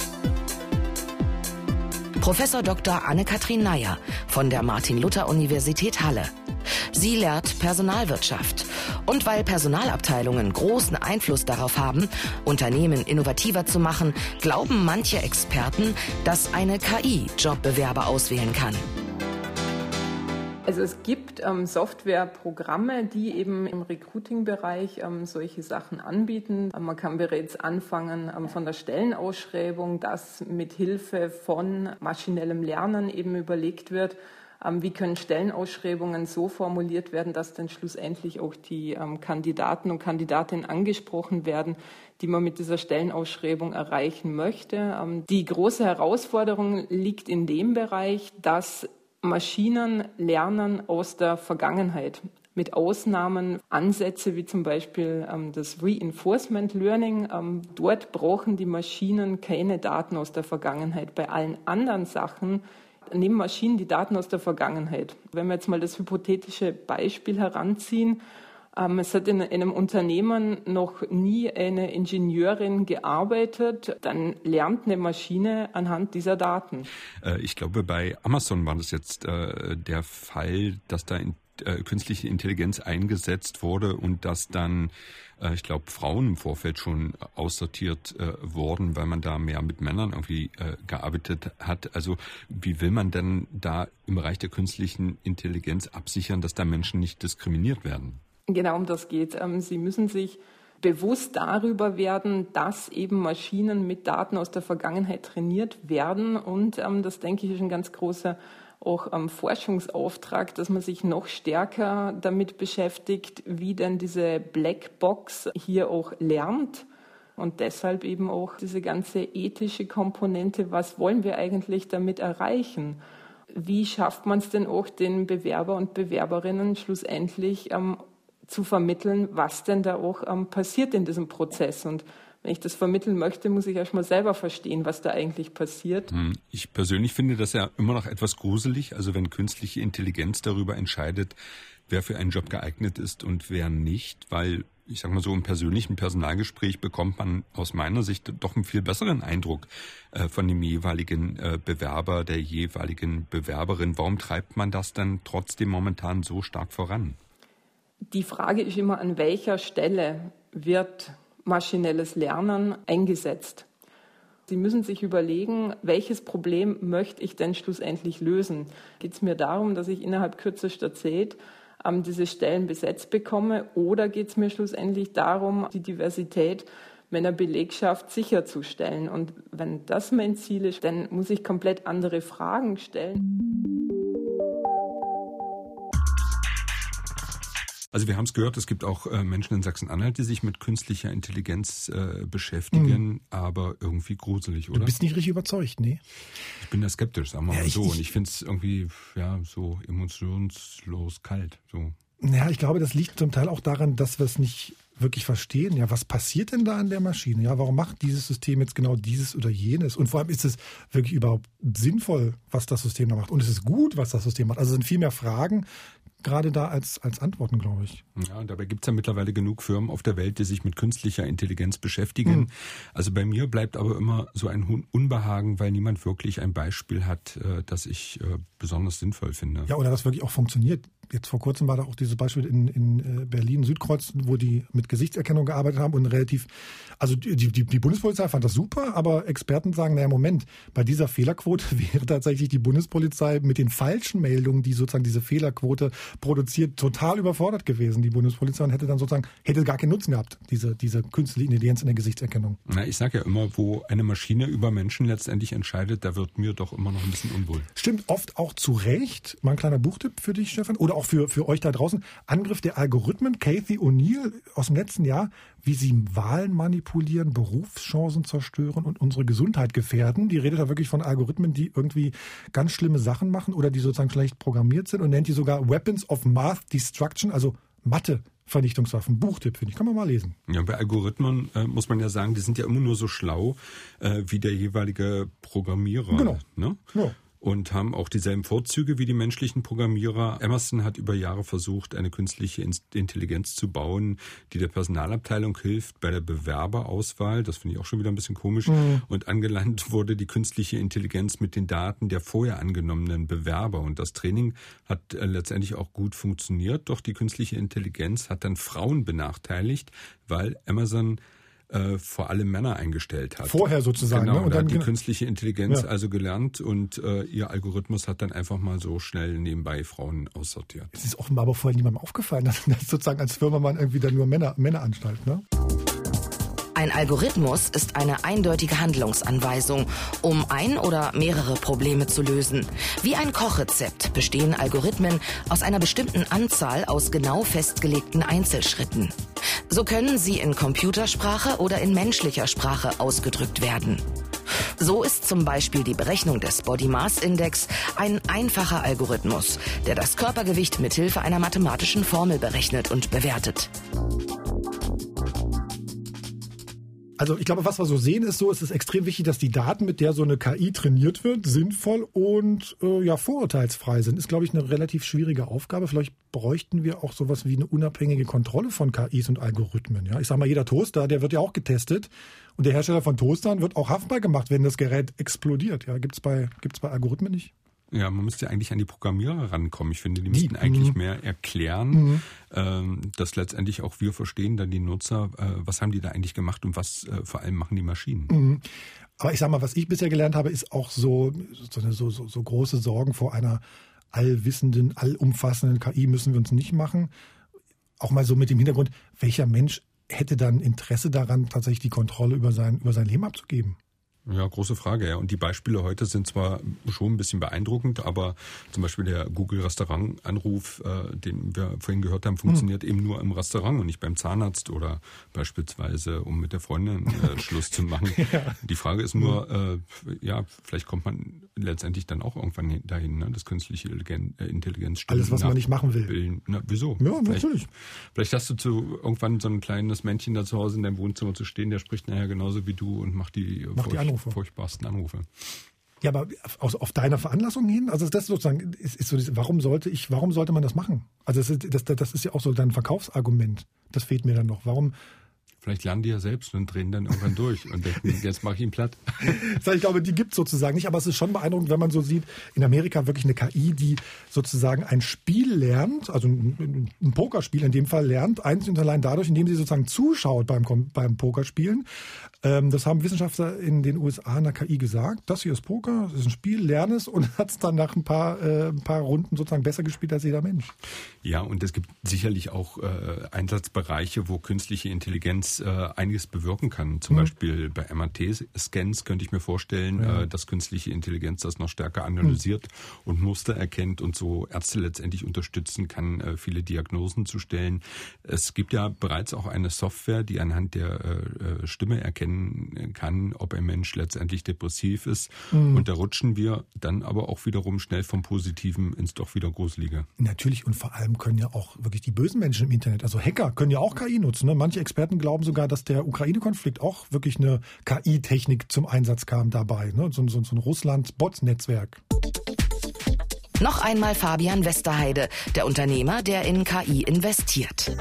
Professor Doktor Anne-Kathrin Neier von der Martin-Luther-Universität Halle. Sie lehrt Personalwirtschaft. Und weil Personalabteilungen großen Einfluss darauf haben, Unternehmen innovativer zu machen, glauben manche Experten, dass eine K I Jobbewerber auswählen kann. Also es gibt ähm, Softwareprogramme, die eben im Recruiting-Bereich ähm, solche Sachen anbieten. Ähm, man kann bereits anfangen ähm, von der Stellenausschreibung, dass mit Hilfe von maschinellem Lernen eben überlegt wird, ähm, wie können Stellenausschreibungen so formuliert werden, dass dann schlussendlich auch die ähm, Kandidaten und Kandidatinnen angesprochen werden, die man mit dieser Stellenausschreibung erreichen möchte. Ähm, die große Herausforderung liegt in dem Bereich, dass Maschinen lernen aus der Vergangenheit, mit Ausnahmen Ansätze wie zum Beispiel ähm, das Reinforcement Learning. Ähm, dort brauchen die Maschinen keine Daten aus der Vergangenheit. Bei allen anderen Sachen nehmen Maschinen die Daten aus der Vergangenheit. Wenn wir jetzt mal das hypothetische Beispiel heranziehen, Ähm, es hat in, in einem Unternehmen noch nie eine Ingenieurin gearbeitet. Dann lernt eine Maschine anhand dieser Daten. Äh, ich glaube, bei Amazon war das jetzt äh, der Fall, dass da in äh, künstliche Intelligenz eingesetzt wurde und dass dann, äh, ich glaube, Frauen im Vorfeld schon aussortiert äh, wurden, weil man da mehr mit Männern irgendwie äh, gearbeitet hat. Also wie will man denn da im Bereich der künstlichen Intelligenz absichern, dass da Menschen nicht diskriminiert werden? Genau, um das geht. Sie müssen sich bewusst darüber werden, dass eben Maschinen mit Daten aus der Vergangenheit trainiert werden. Und ähm, das, denke ich, ist ein ganz großer auch ähm, Forschungsauftrag, dass man sich noch stärker damit beschäftigt, wie denn diese Blackbox hier auch lernt. Und deshalb eben auch diese ganze ethische Komponente, was wollen wir eigentlich damit erreichen? Wie schafft man es denn auch, den Bewerber und Bewerberinnen schlussendlich ähm, zu vermitteln, was denn da auch ähm, passiert in diesem Prozess. Und wenn ich das vermitteln möchte, muss ich erst mal selber verstehen, was da eigentlich passiert. Ich persönlich finde das ja immer noch etwas gruselig, also wenn künstliche Intelligenz darüber entscheidet, wer für einen Job geeignet ist und wer nicht, weil ich sag mal so, im persönlichen Personalgespräch bekommt man aus meiner Sicht doch einen viel besseren Eindruck äh, von dem jeweiligen äh, Bewerber, der jeweiligen Bewerberin. Warum treibt man das dann trotzdem momentan so stark voran? Die Frage ist immer, an welcher Stelle wird maschinelles Lernen eingesetzt? Sie müssen sich überlegen, welches Problem möchte ich denn schlussendlich lösen? Geht es mir darum, dass ich innerhalb kürzester Zeit ähm, diese Stellen besetzt bekomme, oder geht es mir schlussendlich darum, die Diversität meiner Belegschaft sicherzustellen? Und wenn das mein Ziel ist, dann muss ich komplett andere Fragen stellen. Also wir haben es gehört, es gibt auch äh, Menschen in Sachsen-Anhalt, die sich mit künstlicher Intelligenz äh, beschäftigen, mhm. aber irgendwie gruselig, oder? Du bist nicht richtig überzeugt, nee? Ich bin da skeptisch, sagen wir ja, mal ich, so. Ich, und ich finde es irgendwie ja so emotionslos kalt. So. Ja, ich glaube, das liegt zum Teil auch daran, dass wir es nicht wirklich verstehen. Ja, was passiert denn da an der Maschine? Ja, warum macht dieses System jetzt genau dieses oder jenes? Und vor allem, ist es wirklich überhaupt sinnvoll, was das System da macht? Und ist es gut, was das System macht? Also es sind viel mehr Fragen gerade da als, als Antworten, glaube ich. Ja, und dabei gibt es ja mittlerweile genug Firmen auf der Welt, die sich mit künstlicher Intelligenz beschäftigen. Mhm. Also bei mir bleibt aber immer so ein Unbehagen, weil niemand wirklich ein Beispiel hat, das ich besonders sinnvoll finde. Ja, oder das wirklich auch funktioniert. Jetzt vor kurzem war da auch dieses Beispiel in, in Berlin, Südkreuz, wo die mit Gesichtserkennung gearbeitet haben und relativ, also die, die, die Bundespolizei fand das super, aber Experten sagen, naja, Moment, bei dieser Fehlerquote wäre tatsächlich die Bundespolizei mit den falschen Meldungen, die sozusagen diese Fehlerquote produziert, total überfordert gewesen, die Bundespolizei, und hätte dann sozusagen, hätte gar keinen Nutzen gehabt, diese, diese künstliche Intelligenz in der Gesichtserkennung. Na, ich sage ja immer, wo eine Maschine über Menschen letztendlich entscheidet, da wird mir doch immer noch ein bisschen unwohl. Stimmt, oft auch zu Recht. Mal ein kleiner Buchtipp für dich, Stefan, oder auch für, für euch da draußen. Angriff der Algorithmen, Cathy O'Neill aus dem letzten Jahr, wie sie Wahlen manipulieren, Berufschancen zerstören und unsere Gesundheit gefährden. Die redet da wirklich von Algorithmen, die irgendwie ganz schlimme Sachen machen oder die sozusagen schlecht programmiert sind, und nennt die sogar Weapons of Math Destruction, also Mathe-Vernichtungswaffen. Buchtipp, finde ich. Kann man mal lesen. Ja, bei Algorithmen äh, muss man ja sagen, die sind ja immer nur so schlau äh, wie der jeweilige Programmierer. Genau. Ne? Ja. Und haben auch dieselben Vorzüge wie die menschlichen Programmierer. Emerson hat über Jahre versucht, eine künstliche Intelligenz zu bauen, die der Personalabteilung hilft bei der Bewerberauswahl. Das finde ich auch schon wieder ein bisschen komisch. Mhm. Und angelangt wurde die künstliche Intelligenz mit den Daten der vorher angenommenen Bewerber. Und das Training hat äh, letztendlich auch gut funktioniert. Doch die künstliche Intelligenz hat dann Frauen benachteiligt, weil Amazon Äh, vor allem Männer eingestellt hat. Vorher sozusagen. Genau, ne? Und da dann hat die künstliche Intelligenz ja. also gelernt und äh, ihr Algorithmus hat dann einfach mal so schnell nebenbei Frauen aussortiert. Es ist offenbar aber vorher niemandem aufgefallen, dass, dass sozusagen als Firma man irgendwie dann nur Männer, Männer anstellt. Ne? Ein Algorithmus ist eine eindeutige Handlungsanweisung, um ein oder mehrere Probleme zu lösen. Wie ein Kochrezept bestehen Algorithmen aus einer bestimmten Anzahl aus genau festgelegten Einzelschritten. So können sie in Computersprache oder in menschlicher Sprache ausgedrückt werden. So ist zum Beispiel die Berechnung des Body Mass Index ein einfacher Algorithmus, der das Körpergewicht mithilfe einer mathematischen Formel berechnet und bewertet. Also ich glaube, was wir so sehen, ist so, es ist extrem wichtig, dass die Daten, mit der so eine K I trainiert wird, sinnvoll und äh, ja vorurteilsfrei sind. Ist, glaube ich, eine relativ schwierige Aufgabe. Vielleicht bräuchten wir auch sowas wie eine unabhängige Kontrolle von K Is und Algorithmen. Ja, ich sage mal, jeder Toaster, der wird ja auch getestet. Und der Hersteller von Toastern wird auch haftbar gemacht, wenn das Gerät explodiert. Ja, gibt's bei, gibt's bei Algorithmen nicht? Ja, man müsste ja eigentlich an die Programmierer rankommen. Ich finde, die müssten eigentlich mehr erklären, mhm. ähm, dass letztendlich auch wir verstehen, dann die Nutzer, äh, was haben die da eigentlich gemacht und was äh, vor allem machen die Maschinen. Mhm. Aber ich sag mal, was ich bisher gelernt habe, ist auch so, so, so, so, so große Sorgen vor einer allwissenden, allumfassenden K I müssen wir uns nicht machen. Auch mal so mit dem Hintergrund, welcher Mensch hätte dann Interesse daran, tatsächlich die Kontrolle über sein, über sein Leben abzugeben? Ja, große Frage, ja. Und die Beispiele heute sind zwar schon ein bisschen beeindruckend, aber zum Beispiel der Google-Restaurant-Anruf, äh, den wir vorhin gehört haben, funktioniert hm. eben nur im Restaurant und nicht beim Zahnarzt oder beispielsweise, um mit der Freundin äh, Schluss zu machen. Ja. Die Frage ist nur, äh, ja, vielleicht kommt man letztendlich dann auch irgendwann dahin, ne, das künstliche Intelligenz stimmt. Alles, was man nicht machen will. Na, wieso? Ja, vielleicht, natürlich. Vielleicht hast du zu irgendwann so ein kleines Männchen da zu Hause in deinem Wohnzimmer zu stehen, der spricht nachher genauso wie du und macht die, macht die Anrufe. furchtbarsten Anrufe. Ja, aber auf, auf deiner Veranlassung hin? Also das sozusagen ist, ist so, warum sollte ich, warum sollte man das machen? Also das ist, das, das ist ja auch so dein Verkaufsargument. Das fehlt mir dann noch. Warum? Vielleicht lernen die ja selbst und drehen dann irgendwann durch und denken, jetzt mache ich ihn platt. Ich glaube, die gibt es sozusagen nicht, aber es ist schon beeindruckend, wenn man so sieht, in Amerika wirklich eine K I, die sozusagen ein Spiel lernt, also ein, ein Pokerspiel in dem Fall lernt, einzig und allein dadurch, indem sie sozusagen zuschaut beim, beim Pokerspielen. Ähm, das haben Wissenschaftler in den U S A einer K I gesagt, das hier ist Poker, das ist ein Spiel, lerne es und hat es dann nach ein paar, äh, ein paar Runden sozusagen besser gespielt als jeder Mensch. Ja, und es gibt sicherlich auch äh, Einsatzbereiche, wo künstliche Intelligenz äh, einiges bewirken kann. Zum mhm. Beispiel bei M R T-Scans könnte ich mir vorstellen, ja. äh, dass künstliche Intelligenz das noch stärker analysiert mhm. und Muster erkennt und so Ärzte letztendlich unterstützen kann, äh, viele Diagnosen zu stellen. Es gibt ja bereits auch eine Software, die anhand der äh, Stimme erkennen kann, ob ein Mensch letztendlich depressiv ist. Mhm. Und da rutschen wir dann aber auch wiederum schnell vom Positiven ins doch wieder Gruselige. Natürlich, und vor allem können ja auch wirklich die bösen Menschen im Internet, also Hacker, können ja auch K I nutzen. Ne? Manche Experten glauben sogar, dass der Ukraine-Konflikt auch wirklich eine K I-Technik zum Einsatz kam dabei. Ne? So, so, so ein Russland-Bot-Netzwerk. Noch einmal Fabian Westerheide, der Unternehmer, der in K I investiert.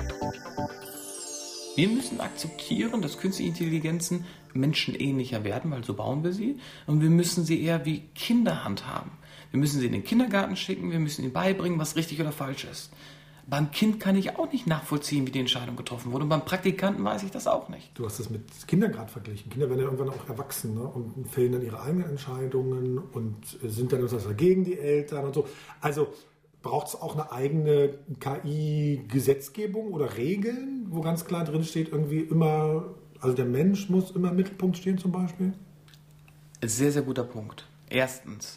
Wir müssen akzeptieren, dass künstliche Intelligenzen menschenähnlicher werden, weil so bauen wir sie. Und wir müssen sie eher wie Kinder handhaben. Wir müssen sie in den Kindergarten schicken, wir müssen ihnen beibringen, was richtig oder falsch ist. Beim Kind kann ich auch nicht nachvollziehen, wie die Entscheidung getroffen wurde. Und beim Praktikanten weiß ich das auch nicht. Du hast das mit Kindern gerade verglichen. Kinder werden ja irgendwann auch erwachsen, ne? Und fällen dann ihre eigenen Entscheidungen und sind dann also gegen die Eltern und so. Also braucht es auch eine eigene K I-Gesetzgebung oder Regeln, wo ganz klar drin steht, irgendwie immer, also der Mensch muss immer im Mittelpunkt stehen zum Beispiel? Sehr, sehr guter Punkt. Erstens,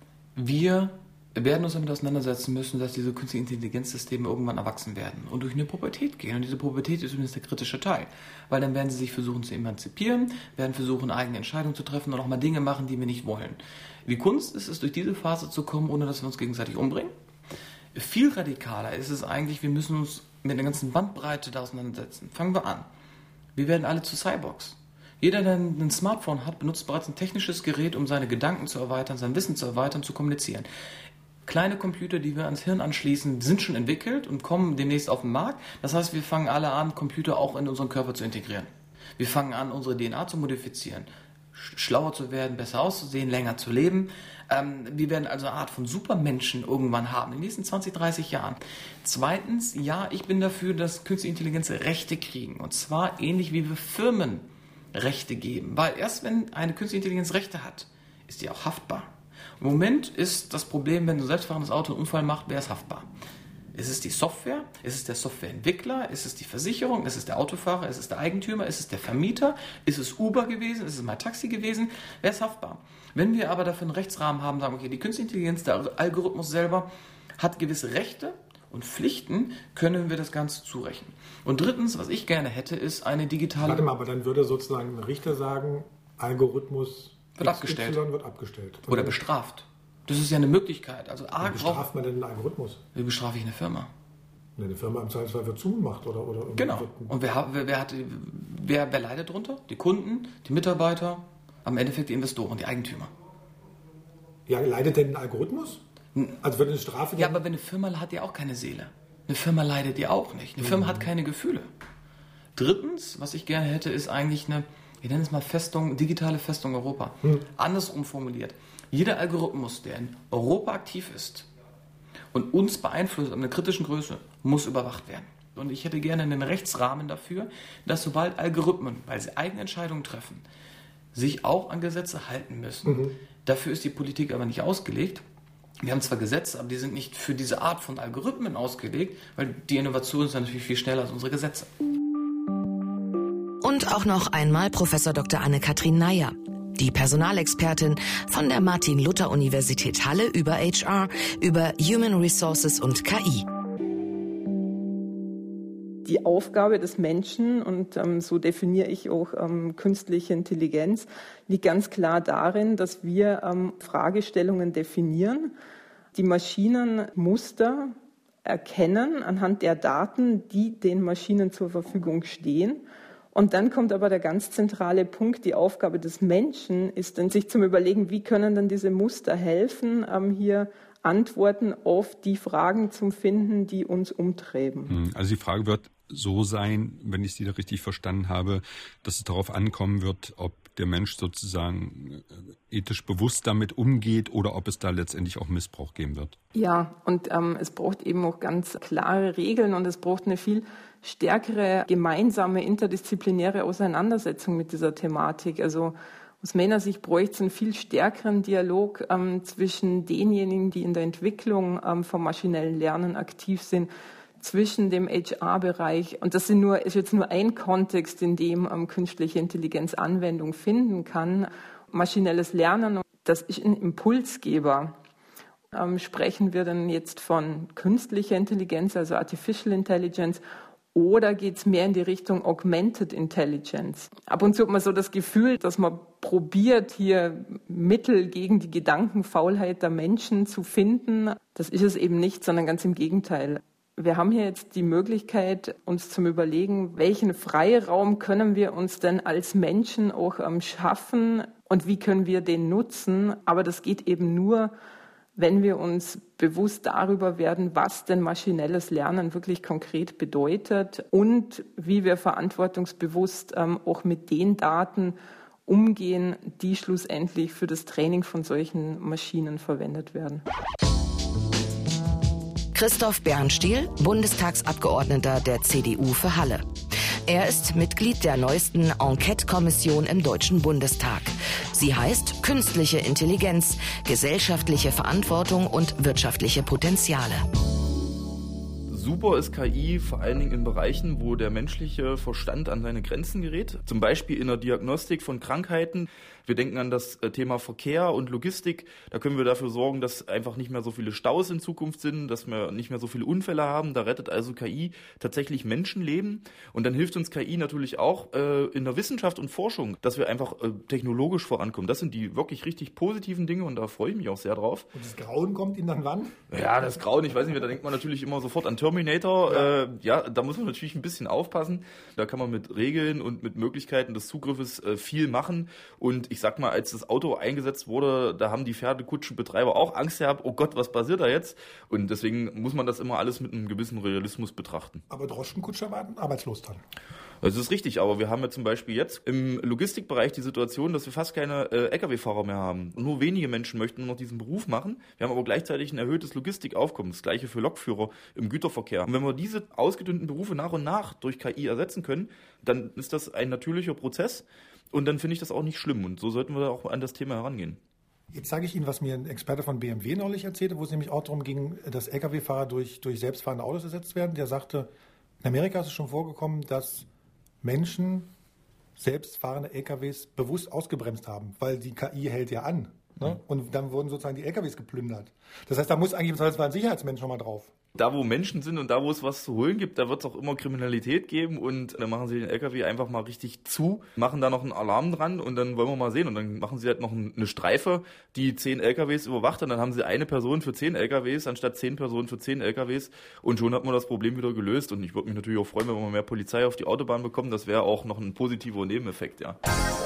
wir werden uns damit auseinandersetzen müssen, dass diese künstlichen Intelligenzsysteme irgendwann erwachsen werden und durch eine Pubertät gehen. Und diese Pubertät ist übrigens der kritische Teil, weil dann werden sie sich versuchen zu emanzipieren, werden versuchen, eigene Entscheidungen zu treffen und auch mal Dinge machen, die wir nicht wollen. Die Kunst ist es, durch diese Phase zu kommen, ohne dass wir uns gegenseitig umbringen. Viel radikaler ist es eigentlich, wir müssen uns mit einer ganzen Bandbreite da auseinandersetzen. Fangen wir an. Wir werden alle zu Cyborgs. Jeder, der ein Smartphone hat, benutzt bereits ein technisches Gerät, um seine Gedanken zu erweitern, sein Wissen zu erweitern, zu kommunizieren. Kleine Computer, die wir ans Hirn anschließen, sind schon entwickelt und kommen demnächst auf den Markt. Das heißt, wir fangen alle an, Computer auch in unseren Körper zu integrieren. Wir fangen an, unsere D N A zu modifizieren, schlauer zu werden, besser auszusehen, länger zu leben. Ähm, wir werden also eine Art von Supermenschen irgendwann haben, in den nächsten zwanzig, dreißig Jahren. Zweitens, ja, ich bin dafür, dass künstliche Intelligenz Rechte kriegen. Und zwar ähnlich wie wir Firmen Rechte geben. Weil erst wenn eine künstliche Intelligenz Rechte hat, ist die auch haftbar. Im Moment ist das Problem, wenn ein selbstfahrendes Auto einen Unfall macht, wer ist haftbar? Ist es die Software? Ist es der Softwareentwickler? Ist es die Versicherung? Ist es der Autofahrer? Ist es der Eigentümer? Ist es der Vermieter? Ist es Uber gewesen? Ist es mein Taxi gewesen? Wer ist haftbar? Wenn wir aber dafür einen Rechtsrahmen haben, sagen, okay, die künstliche Intelligenz, der Algorithmus selber hat gewisse Rechte und Pflichten, können wir das Ganze zurechnen. Und drittens, was ich gerne hätte, ist eine digitale... Warte mal, aber dann würde sozusagen ein Richter sagen, Algorithmus wird abgestellt. Y wird abgestellt. Oder bestraft. Das ist ja eine Möglichkeit. Also A, wie bestraft man denn einen Algorithmus? Wie bestrafe ich eine Firma? Eine Firma im Zweifelsfall wird zugemacht oder oder genau. Und wer, wer, wer, hat, wer, wer leidet drunter? Die Kunden, die Mitarbeiter, am Endeffekt die Investoren, die Eigentümer. Ja, leidet denn ein Algorithmus? Also wird eine Strafe... Ja, aber wenn eine Firma hat ja auch keine Seele. Eine Firma leidet ja auch nicht. Eine mhm. Firma hat keine Gefühle. Drittens, was ich gerne hätte, ist eigentlich eine, wir nennen es mal Festung, digitale Festung Europa. Mhm. Andersrum formuliert. Jeder Algorithmus, der in Europa aktiv ist und uns beeinflusst an einer kritischen Größe, muss überwacht werden. Und ich hätte gerne einen Rechtsrahmen dafür, dass sobald Algorithmen, weil sie eigene Entscheidungen treffen, sich auch an Gesetze halten müssen. Mhm. Dafür ist die Politik aber nicht ausgelegt. Wir haben zwar Gesetze, aber die sind nicht für diese Art von Algorithmen ausgelegt, weil die Innovation ist natürlich viel schneller als unsere Gesetze. Und auch noch einmal Professor Doktor Anne-Kathrin Neier, die Personalexpertin von der Martin-Luther-Universität Halle über H R, über Human Resources und K I. Die Aufgabe des Menschen, und ähm, so definiere ich auch ähm, künstliche Intelligenz, liegt ganz klar darin, dass wir ähm, Fragestellungen definieren, die Maschinen Muster erkennen anhand der Daten, die den Maschinen zur Verfügung stehen. Und dann kommt aber der ganz zentrale Punkt, die Aufgabe des Menschen ist dann, sich zum Überlegen, wie können denn diese Muster helfen, ähm, hier Antworten auf die Fragen zu finden, die uns umtreiben. Also die Frage wird so sein, wenn ich Sie da richtig verstanden habe, dass es darauf ankommen wird, ob der Mensch sozusagen ethisch bewusst damit umgeht oder ob es da letztendlich auch Missbrauch geben wird. Ja, und ähm, es braucht eben auch ganz klare Regeln und es braucht eine viel stärkere gemeinsame interdisziplinäre Auseinandersetzung mit dieser Thematik. Also aus meiner Sicht bräuchte es einen viel stärkeren Dialog ähm, zwischen denjenigen, die in der Entwicklung ähm, vom maschinellen Lernen aktiv sind, zwischen dem H R-Bereich. Und das sind nur, ist jetzt nur ein Kontext, in dem ähm, künstliche Intelligenz Anwendung finden kann. Maschinelles Lernen, das ist ein Impulsgeber. Ähm, sprechen wir denn jetzt von künstlicher Intelligenz, also Artificial Intelligence, oder geht es mehr in die Richtung Augmented Intelligence? Ab und zu hat man so das Gefühl, dass man probiert, hier Mittel gegen die Gedankenfaulheit der Menschen zu finden. Das ist es eben nicht, sondern ganz im Gegenteil. Wir haben hier jetzt die Möglichkeit, uns zum Überlegen, welchen Freiraum können wir uns denn als Menschen auch ähm, schaffen und wie können wir den nutzen. Aber das geht eben nur, wenn wir uns bewusst darüber werden, was denn maschinelles Lernen wirklich konkret bedeutet und wie wir verantwortungsbewusst ähm, auch mit den Daten umgehen, die schlussendlich für das Training von solchen Maschinen verwendet werden. Christoph Bernstiel, Bundestagsabgeordneter der C D U für Halle. Er ist Mitglied der neuesten Enquete-Kommission im Deutschen Bundestag. Sie heißt Künstliche Intelligenz, gesellschaftliche Verantwortung und wirtschaftliche Potenziale. Super ist K I vor allen Dingen in Bereichen, wo der menschliche Verstand an seine Grenzen gerät. Zum Beispiel in der Diagnostik von Krankheiten. Wir denken an das Thema Verkehr und Logistik. Da können wir dafür sorgen, dass einfach nicht mehr so viele Staus in Zukunft sind, dass wir nicht mehr so viele Unfälle haben. Da rettet also K I tatsächlich Menschenleben. Und dann hilft uns K I natürlich auch äh, in der Wissenschaft und Forschung, dass wir einfach äh, technologisch vorankommen. Das sind die wirklich richtig positiven Dinge und da freue ich mich auch sehr drauf. Und das Grauen kommt Ihnen dann wann? Ja, das Grauen, ich weiß nicht mehr, da denkt man natürlich immer sofort an Terminator. Ja, äh, ja da muss man natürlich ein bisschen aufpassen. Da kann man mit Regeln und mit Möglichkeiten des Zugriffes äh, viel machen. Und ich sag mal, als das Auto eingesetzt wurde, da haben die Pferdekutschenbetreiber auch Angst gehabt, oh Gott, was passiert da jetzt? Und deswegen muss man das immer alles mit einem gewissen Realismus betrachten. Aber Droschkenkutscher waren arbeitslos dann? Das ist richtig, aber wir haben ja zum Beispiel jetzt im Logistikbereich die Situation, dass wir fast keine äh, L K W-Fahrer mehr haben. Nur wenige Menschen möchten nur noch diesen Beruf machen. Wir haben aber gleichzeitig ein erhöhtes Logistikaufkommen. Das gleiche für Lokführer im Güterverkehr. Und wenn wir diese ausgedünnten Berufe nach und nach durch K I ersetzen können, dann ist das ein natürlicher Prozess. Und dann finde ich das auch nicht schlimm. Und so sollten wir auch an das Thema herangehen. Jetzt sage ich Ihnen, was mir ein Experte von B M W neulich erzählte, wo es nämlich auch darum ging, dass L K W-Fahrer durch, durch selbstfahrende Autos ersetzt werden. Der sagte, in Amerika ist es schon vorgekommen, dass Menschen selbstfahrende L K Ws bewusst ausgebremst haben, weil die K I hält ja an. Ne? Und dann wurden sozusagen die L K Ws geplündert. Das heißt, da muss eigentlich im Zweifelsfall ein Sicherheitsmensch schon mal drauf. Da, wo Menschen sind und da, wo es was zu holen gibt, da wird es auch immer Kriminalität geben und dann machen sie den L K W einfach mal richtig zu, machen da noch einen Alarm dran und dann wollen wir mal sehen und dann machen sie halt noch eine Streife, die zehn L K Ws überwacht und dann haben sie eine Person für zehn L K Ws anstatt zehn Personen für zehn L K Ws und schon hat man das Problem wieder gelöst und ich würde mich natürlich auch freuen, wenn wir mehr Polizei auf die Autobahn bekommen, das wäre auch noch ein positiver Nebeneffekt, ja.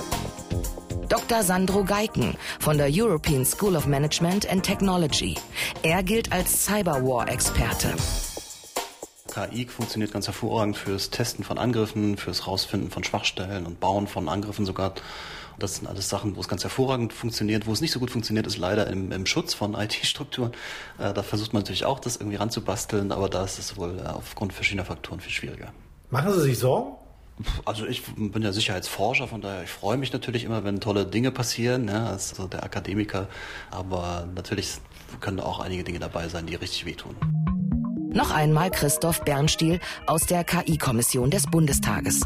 Doktor Sandro Geiken von der European School of Management and Technology. Er gilt als Cyberwar-Experte. K I funktioniert ganz hervorragend fürs Testen von Angriffen, fürs Rausfinden von Schwachstellen und Bauen von Angriffen sogar. Das sind alles Sachen, wo es ganz hervorragend funktioniert. Wo es nicht so gut funktioniert, ist leider im, im Schutz von I T-Strukturen. Äh, da versucht man natürlich auch, das irgendwie ranzubasteln, aber da ist es wohl äh, aufgrund verschiedener Faktoren viel schwieriger. Machen Sie sich Sorgen? Also ich bin ja Sicherheitsforscher, von daher ich freue mich natürlich immer, wenn tolle Dinge passieren, ja, als so der Akademiker. Aber natürlich können auch einige Dinge dabei sein, die richtig wehtun. Noch einmal Christoph Bernstiel aus der K I-Kommission des Bundestages.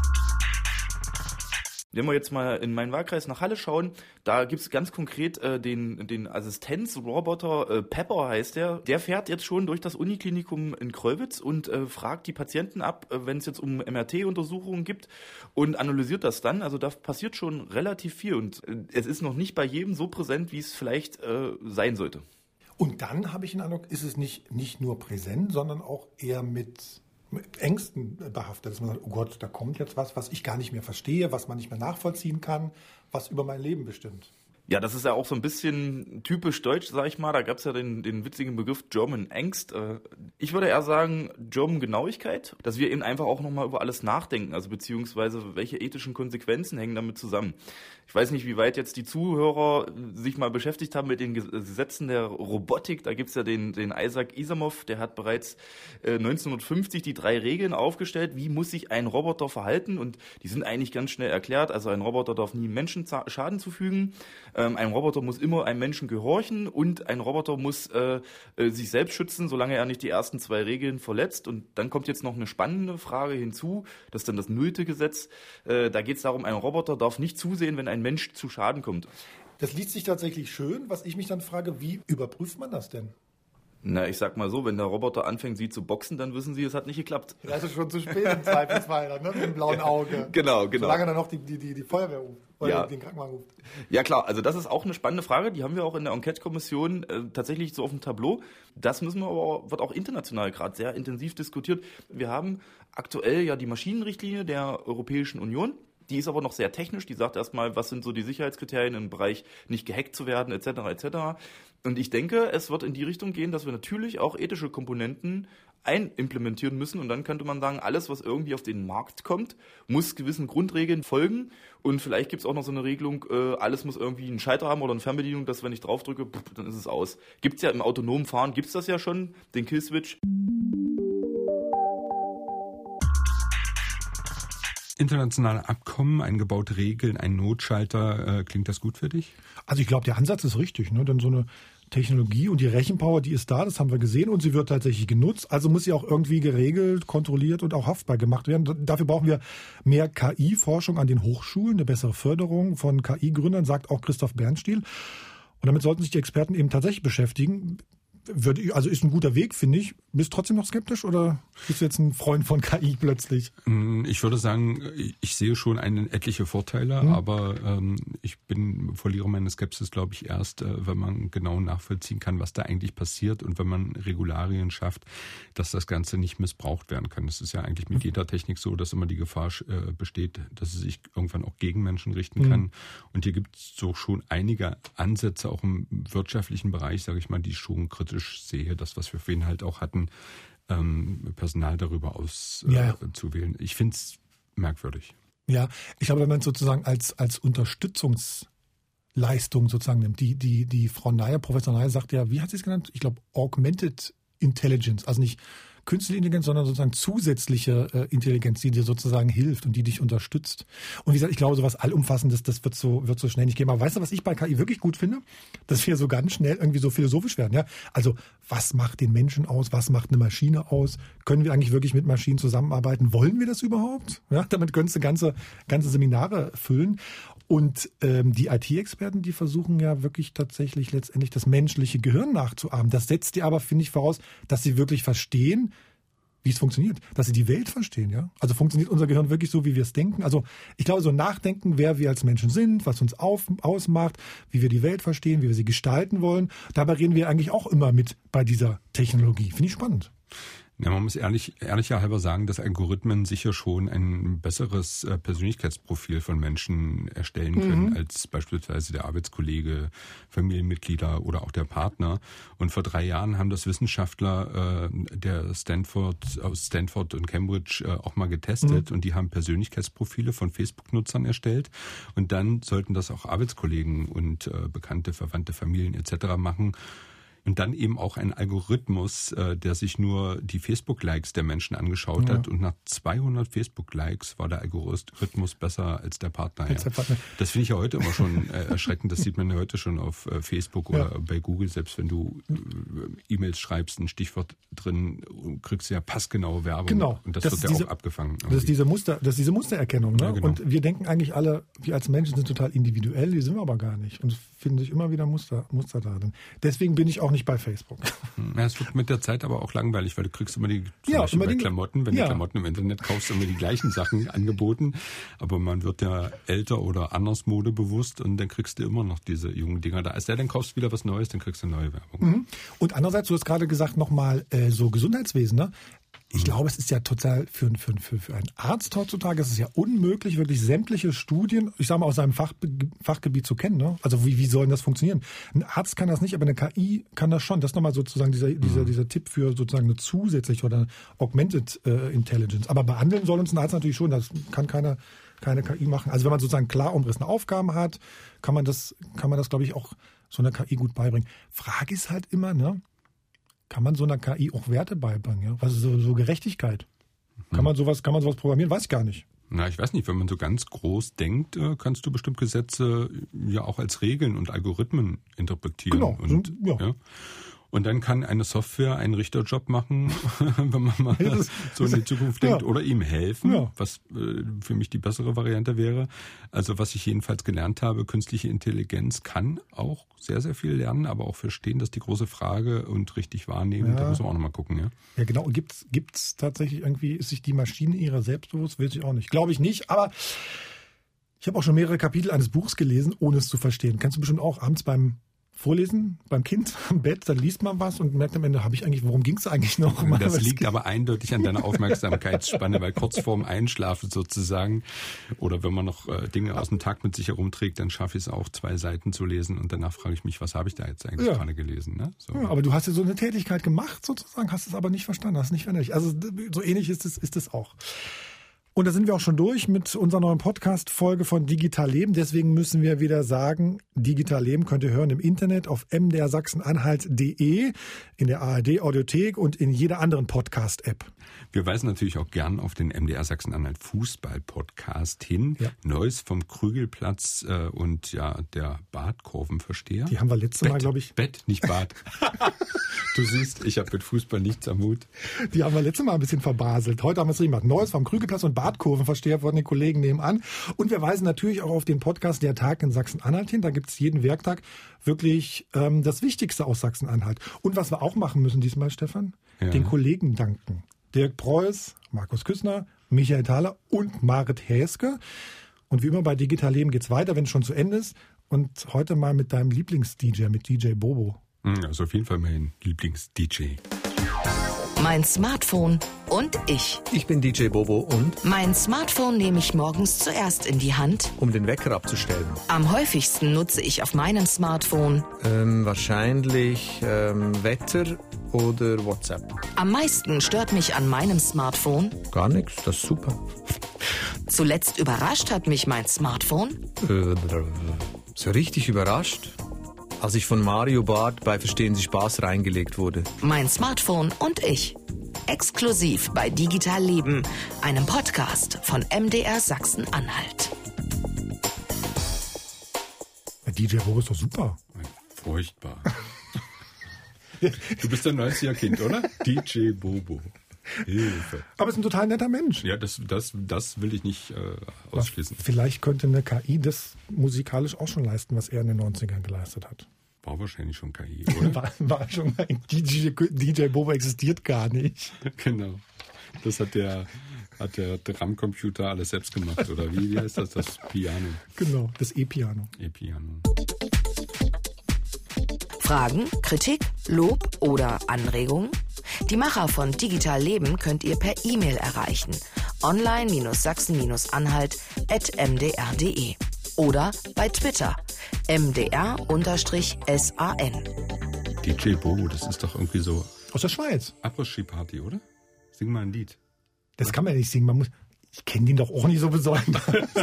Wenn wir jetzt mal in meinen Wahlkreis nach Halle schauen, da gibt's ganz konkret äh, den, den Assistenzroboter, äh, Pepper heißt der. Der fährt jetzt schon durch das Uniklinikum in Kröwitz und äh, fragt die Patienten ab, äh, wenn es jetzt um M R T-Untersuchungen gibt und analysiert das dann. Also da passiert schon relativ viel und äh, es ist noch nicht bei jedem so präsent, wie es vielleicht äh, sein sollte. Und dann habe ich den Eindruck, ist es nicht, nicht nur präsent, sondern auch eher mit... mit Ängsten behaftet, dass man sagt, oh Gott, da kommt jetzt was, was ich gar nicht mehr verstehe, was man nicht mehr nachvollziehen kann, was über mein Leben bestimmt. Ja, das ist ja auch so ein bisschen typisch deutsch, sag ich mal. Da gab's ja den, den witzigen Begriff German Angst. Ich würde eher sagen German Genauigkeit, dass wir eben einfach auch nochmal über alles nachdenken, also beziehungsweise welche ethischen Konsequenzen hängen damit zusammen. Ich weiß nicht, wie weit jetzt die Zuhörer sich mal beschäftigt haben mit den Gesetzen der Robotik. Da gibt's ja den, den Isaac Asimov, der hat bereits neunzehnhundertfünfzig die drei Regeln aufgestellt, wie muss sich ein Roboter verhalten, und die sind eigentlich ganz schnell erklärt. Also ein Roboter darf nie Menschen Schaden zufügen. Ähm, ein Roboter muss immer einem Menschen gehorchen und ein Roboter muss äh, äh, sich selbst schützen, solange er nicht die ersten zwei Regeln verletzt. Und dann kommt jetzt noch eine spannende Frage hinzu, das ist dann das nullte Gesetz. Äh, da geht es darum, ein Roboter darf nicht zusehen, wenn ein Mensch zu Schaden kommt. Das liest sich tatsächlich schön. Was ich mich dann frage, wie überprüft man das denn? Na, ich sag mal so, wenn der Roboter anfängt, sie zu boxen, dann wissen sie, es hat nicht geklappt. Das ist schon zu spät im Zweifelsfall, ne? Mit dem blauen Auge. Genau, genau. Solange dann noch die, die, die, die Feuerwehr ruft oder ja. den Krankenwagen ruft. Ja klar, also das ist auch eine spannende Frage, die haben wir auch in der Enquete-Kommission äh, tatsächlich so auf dem Tableau. Das müssen wir aber, wird auch international gerade sehr intensiv diskutiert. Wir haben aktuell ja die Maschinenrichtlinie der Europäischen Union. Die ist aber noch sehr technisch, die sagt erstmal, was sind so die Sicherheitskriterien im Bereich nicht gehackt zu werden, et cetera et cetera. Und ich denke, es wird in die Richtung gehen, dass wir natürlich auch ethische Komponenten einimplementieren müssen, und dann könnte man sagen, alles, was irgendwie auf den Markt kommt, muss gewissen Grundregeln folgen, und vielleicht gibt es auch noch so eine Regelung, äh, alles muss irgendwie einen Schalter haben oder eine Fernbedienung, dass wenn ich draufdrücke, pff, dann ist es aus. Gibt's ja im autonomen Fahren, gibt's das ja schon, den Killswitch. Internationale Abkommen, eingebaute Regeln, ein Notschalter, äh, klingt das gut für dich? Also ich glaube, der Ansatz ist richtig, ne? Denn so eine Technologie und die Rechenpower, die ist da, das haben wir gesehen, und sie wird tatsächlich genutzt. Also muss sie auch irgendwie geregelt, kontrolliert und auch haftbar gemacht werden. Dafür brauchen wir mehr K I-Forschung an den Hochschulen, eine bessere Förderung von K I-Gründern, sagt auch Christoph Bernstiel. Und damit sollten sich die Experten eben tatsächlich beschäftigen. Also ist ein guter Weg, finde ich. Bist du trotzdem noch skeptisch oder bist du jetzt ein Freund von K I plötzlich? Ich würde sagen, ich sehe schon einen, etliche Vorteile, hm. aber ähm, ich bin verliere meine Skepsis, glaube ich, erst, äh, wenn man genau nachvollziehen kann, was da eigentlich passiert, und wenn man Regularien schafft, dass das Ganze nicht missbraucht werden kann. Es ist ja eigentlich mit jeder Technik so, dass immer die Gefahr äh, besteht, dass sie sich irgendwann auch gegen Menschen richten hm. kann. Und hier gibt es so schon einige Ansätze, auch im wirtschaftlichen Bereich, sage ich mal, die schon kritisch sehe, das, was wir vorhin halt auch hatten, ähm, Personal darüber auszuwählen. Äh, ja. Ich finde es merkwürdig. Ja, ich glaube, wenn man es sozusagen als, als Unterstützungsleistung sozusagen nimmt, die, die, die Frau Neier, Professor Neier sagt ja, wie hat sie es genannt? Ich glaube, Augmented Intelligence, also nicht künstliche Intelligenz, sondern sozusagen zusätzliche äh, Intelligenz, die dir sozusagen hilft und die dich unterstützt. Und wie gesagt, ich glaube, sowas Allumfassendes, das wird so, wird so schnell nicht gehen. Aber weißt du, was ich bei K I wirklich gut finde? Dass wir so ganz schnell irgendwie so philosophisch werden. Ja? Also, was macht den Menschen aus? Was macht eine Maschine aus? Können wir eigentlich wirklich mit Maschinen zusammenarbeiten? Wollen wir das überhaupt? Ja, damit könntest du ganze, ganze Seminare füllen. Und ähm, die I T-Experten, die versuchen ja wirklich tatsächlich letztendlich das menschliche Gehirn nachzuahmen. Das setzt dir aber, finde ich, voraus, dass sie wirklich verstehen, wie es funktioniert, dass sie die Welt verstehen, ja. Also funktioniert unser Gehirn wirklich so, wie wir es denken? Also ich glaube, so nachdenken, wer wir als Menschen sind, was uns auf, ausmacht, wie wir die Welt verstehen, wie wir sie gestalten wollen. Dabei reden wir eigentlich auch immer mit bei dieser Technologie. Finde ich spannend. Ja, man muss ehrlich, ehrlicher halber sagen, dass Algorithmen sicher schon ein besseres äh, Persönlichkeitsprofil von Menschen erstellen können, mhm. als beispielsweise der Arbeitskollege, Familienmitglieder oder auch der Partner. Und vor drei Jahren haben das Wissenschaftler äh, der Stanford, aus Stanford und Cambridge äh, auch mal getestet mhm. und die haben Persönlichkeitsprofile von Facebook-Nutzern erstellt. Und dann sollten das auch Arbeitskollegen und äh, bekannte, verwandte Familien et cetera machen. Und dann eben auch ein Algorithmus, äh, der sich nur die Facebook-Likes der Menschen angeschaut ja. hat. Und nach zweihundert Facebook-Likes war der Algorithmus besser als der Partner. Als der Partner. Das finde ich ja heute immer schon äh, erschreckend. Das sieht man ja heute schon auf äh, Facebook oder ja. bei Google. Selbst wenn du äh, E-Mails schreibst, ein Stichwort drin, kriegst du ja passgenaue Werbung. Genau. Und das, das wird ja diese, auch abgefangen. Das ist diese Muster, das ist diese Mustererkennung. Ne? Ja, genau. Und wir denken eigentlich alle, wir als Menschen sind total individuell, die sind wir aber gar nicht. Und es finden sich immer wieder Muster, Muster da drin. Deswegen bin ich auch nicht bei Facebook. Ja, es wird mit der Zeit aber auch langweilig, weil du kriegst immer die, zum ja, Beispiel immer bei die, Klamotten, wenn ja. du Klamotten im Internet kaufst, immer die gleichen Sachen angeboten. Aber man wird ja älter oder anders modebewusst und dann kriegst du immer noch diese jungen Dinger da. Als der dann kaufst du wieder was Neues, dann kriegst du neue Werbung. Mhm. Und andererseits, du hast gerade gesagt, nochmal äh, so Gesundheitswesen, ne? Ich glaube, es ist ja total, für, für, für, für einen Arzt heutzutage, es ist ja unmöglich, wirklich sämtliche Studien, ich sage mal, aus seinem Fach, Fachgebiet zu kennen. Ne? Also wie, wie soll denn das funktionieren? Ein Arzt kann das nicht, aber eine K I kann das schon. Das ist nochmal sozusagen dieser, dieser, dieser Tipp für sozusagen eine zusätzliche oder Augmented äh, Intelligence. Aber behandeln soll uns ein Arzt natürlich schon, das kann keiner, keine K I machen. Also wenn man sozusagen klar umrissene Aufgaben hat, kann man das, kann man das, glaube ich, auch so einer K I gut beibringen. Frage ist halt immer, ne? Kann man so einer K I auch Werte beibringen? Ja? Was ist so, so Gerechtigkeit? Kann man sowas, kann man sowas programmieren? Weiß ich gar nicht. Na, ich weiß nicht, wenn man so ganz groß denkt, kannst du bestimmt Gesetze ja auch als Regeln und Algorithmen interpretieren. Genau. Und, ja. Ja. Und dann kann eine Software einen Richterjob machen, wenn man mal das, so in die Zukunft denkt, ja. oder ihm helfen, ja. was äh, für mich die bessere Variante wäre. Also was ich jedenfalls gelernt habe, künstliche Intelligenz kann auch sehr, sehr viel lernen, aber auch verstehen, dass die große Frage und richtig wahrnehmen, ja. da muss man auch nochmal gucken. Ja, ja genau. Gibt's gibt's tatsächlich irgendwie, ist sich die Maschine ihrer selbst bewusst? Weiß ich auch nicht. Glaube ich nicht, aber ich habe auch schon mehrere Kapitel eines Buchs gelesen, ohne es zu verstehen. Kennst du bestimmt auch abends beim Vorlesen beim Kind am Bett, dann liest man was und merkt am Ende, habe ich eigentlich, worum ging es eigentlich noch? Das liegt aber eindeutig an deiner Aufmerksamkeitsspanne, weil kurz vorm Einschlafen sozusagen oder wenn man noch äh, Dinge aus dem Tag mit sich herumträgt, dann schaffe ich es auch, zwei Seiten zu lesen und danach frage ich mich, was habe ich da jetzt eigentlich ja. gerade gelesen? Ne? So. Ja, aber du hast ja so eine Tätigkeit gemacht sozusagen, hast es aber nicht verstanden, hast es nicht verinnerlicht. Also so ähnlich ist es, ist es auch. Und da sind wir auch schon durch mit unserer neuen Podcast-Folge von Digital Leben. Deswegen müssen wir wieder sagen, Digital Leben könnt ihr hören im Internet auf m d r sachsen-anhalt punkt d e, in der A R D-Audiothek und in jeder anderen Podcast-App. Wir weisen natürlich auch gern auf den M D R Sachsen-Anhalt Fußball-Podcast hin. Ja. Neues vom Krügelplatz äh, und ja der Badkurvenversteher. Die haben wir letztes Bett, Mal, glaube ich. Bett, nicht Bad. Du siehst, ich habe mit Fußball nichts am Hut. Die haben wir letztes Mal ein bisschen verbaselt. Heute haben wir es richtig gemacht. Neues vom Krügelplatz und Badkurvenversteher von den Kollegen nebenan. Und wir weisen natürlich auch auf den Podcast Der Tag in Sachsen-Anhalt hin. Da gibt es jeden Werktag wirklich ähm, das Wichtigste aus Sachsen-Anhalt. Und was wir auch machen müssen diesmal, Stefan, ja. den Kollegen danken. Dirk Preuß, Markus Küssner, Michael Thaler und Marit Häske. Und wie immer bei Digital Leben geht's weiter, wenn es schon zu Ende ist. Und heute mal mit deinem Lieblings-D J, mit D J Bobo. Also auf jeden Fall mein Lieblings-D J. Mein Smartphone und ich. Ich bin D J Bobo und? Mein Smartphone nehme ich morgens zuerst in die Hand, um den Wecker abzustellen. Am häufigsten nutze ich auf meinem Smartphone ähm, wahrscheinlich ähm, Wetter oder WhatsApp. Am meisten stört mich an meinem Smartphone gar nichts, das ist super. Zuletzt überrascht hat mich mein Smartphone. Äh, so richtig überrascht? Als ich von Mario Barth bei Verstehen Sie Spaß reingelegt wurde. Mein Smartphone und ich. Exklusiv bei Digital Leben, einem Podcast von M D R Sachsen-Anhalt. Der D J Bobo ist doch super. Furchtbar. Du bist ein neunziger Kind, oder? D J Bobo. Hilfe. Aber ist ein total netter Mensch. Ja, das, das, das will ich nicht äh, ausschließen. Vielleicht könnte eine K I das musikalisch auch schon leisten, was er in den neunzigern geleistet hat. War wahrscheinlich schon K I, oder? war, war schon mal. D J, D J Bobo existiert gar nicht. Genau. Das hat der, hat der Drumcomputer alles selbst gemacht, oder wie, wie heißt das? Das Piano. Genau, das E-Piano. E-Piano. Fragen, Kritik, Lob oder Anregungen? Die Macher von Digital Leben könnt ihr per E-Mail erreichen. online-sachsen-anhalt at m d r punkt d e oder bei Twitter m d r S A N. D J Bobo, das ist doch irgendwie so... Aus der Schweiz. Après-Ski-Party, oder? Sing mal ein Lied. Das kann man ja nicht singen. Man muss, ich kenne den doch auch nicht so besonders.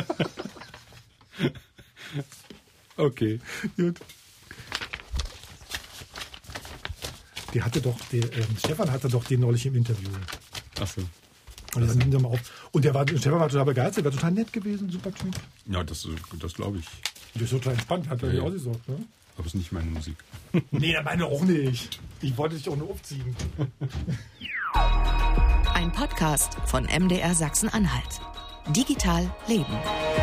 Okay. Gut. Die hatte doch, der, äh, Stefan hatte doch den neulich im Interview. Ach so. Und, also, mal auf. Und der war, Stefan war total begeistert, war total nett gewesen, super Typ. Ja, das, das glaube ich. Der ist total entspannt, hat er ja, ja. ausgesorgt, ne? Aber es ist nicht meine Musik. Nee, meine auch nicht. Ich wollte dich auch nur aufziehen. Ein Podcast von M D R Sachsen-Anhalt. Digital Leben.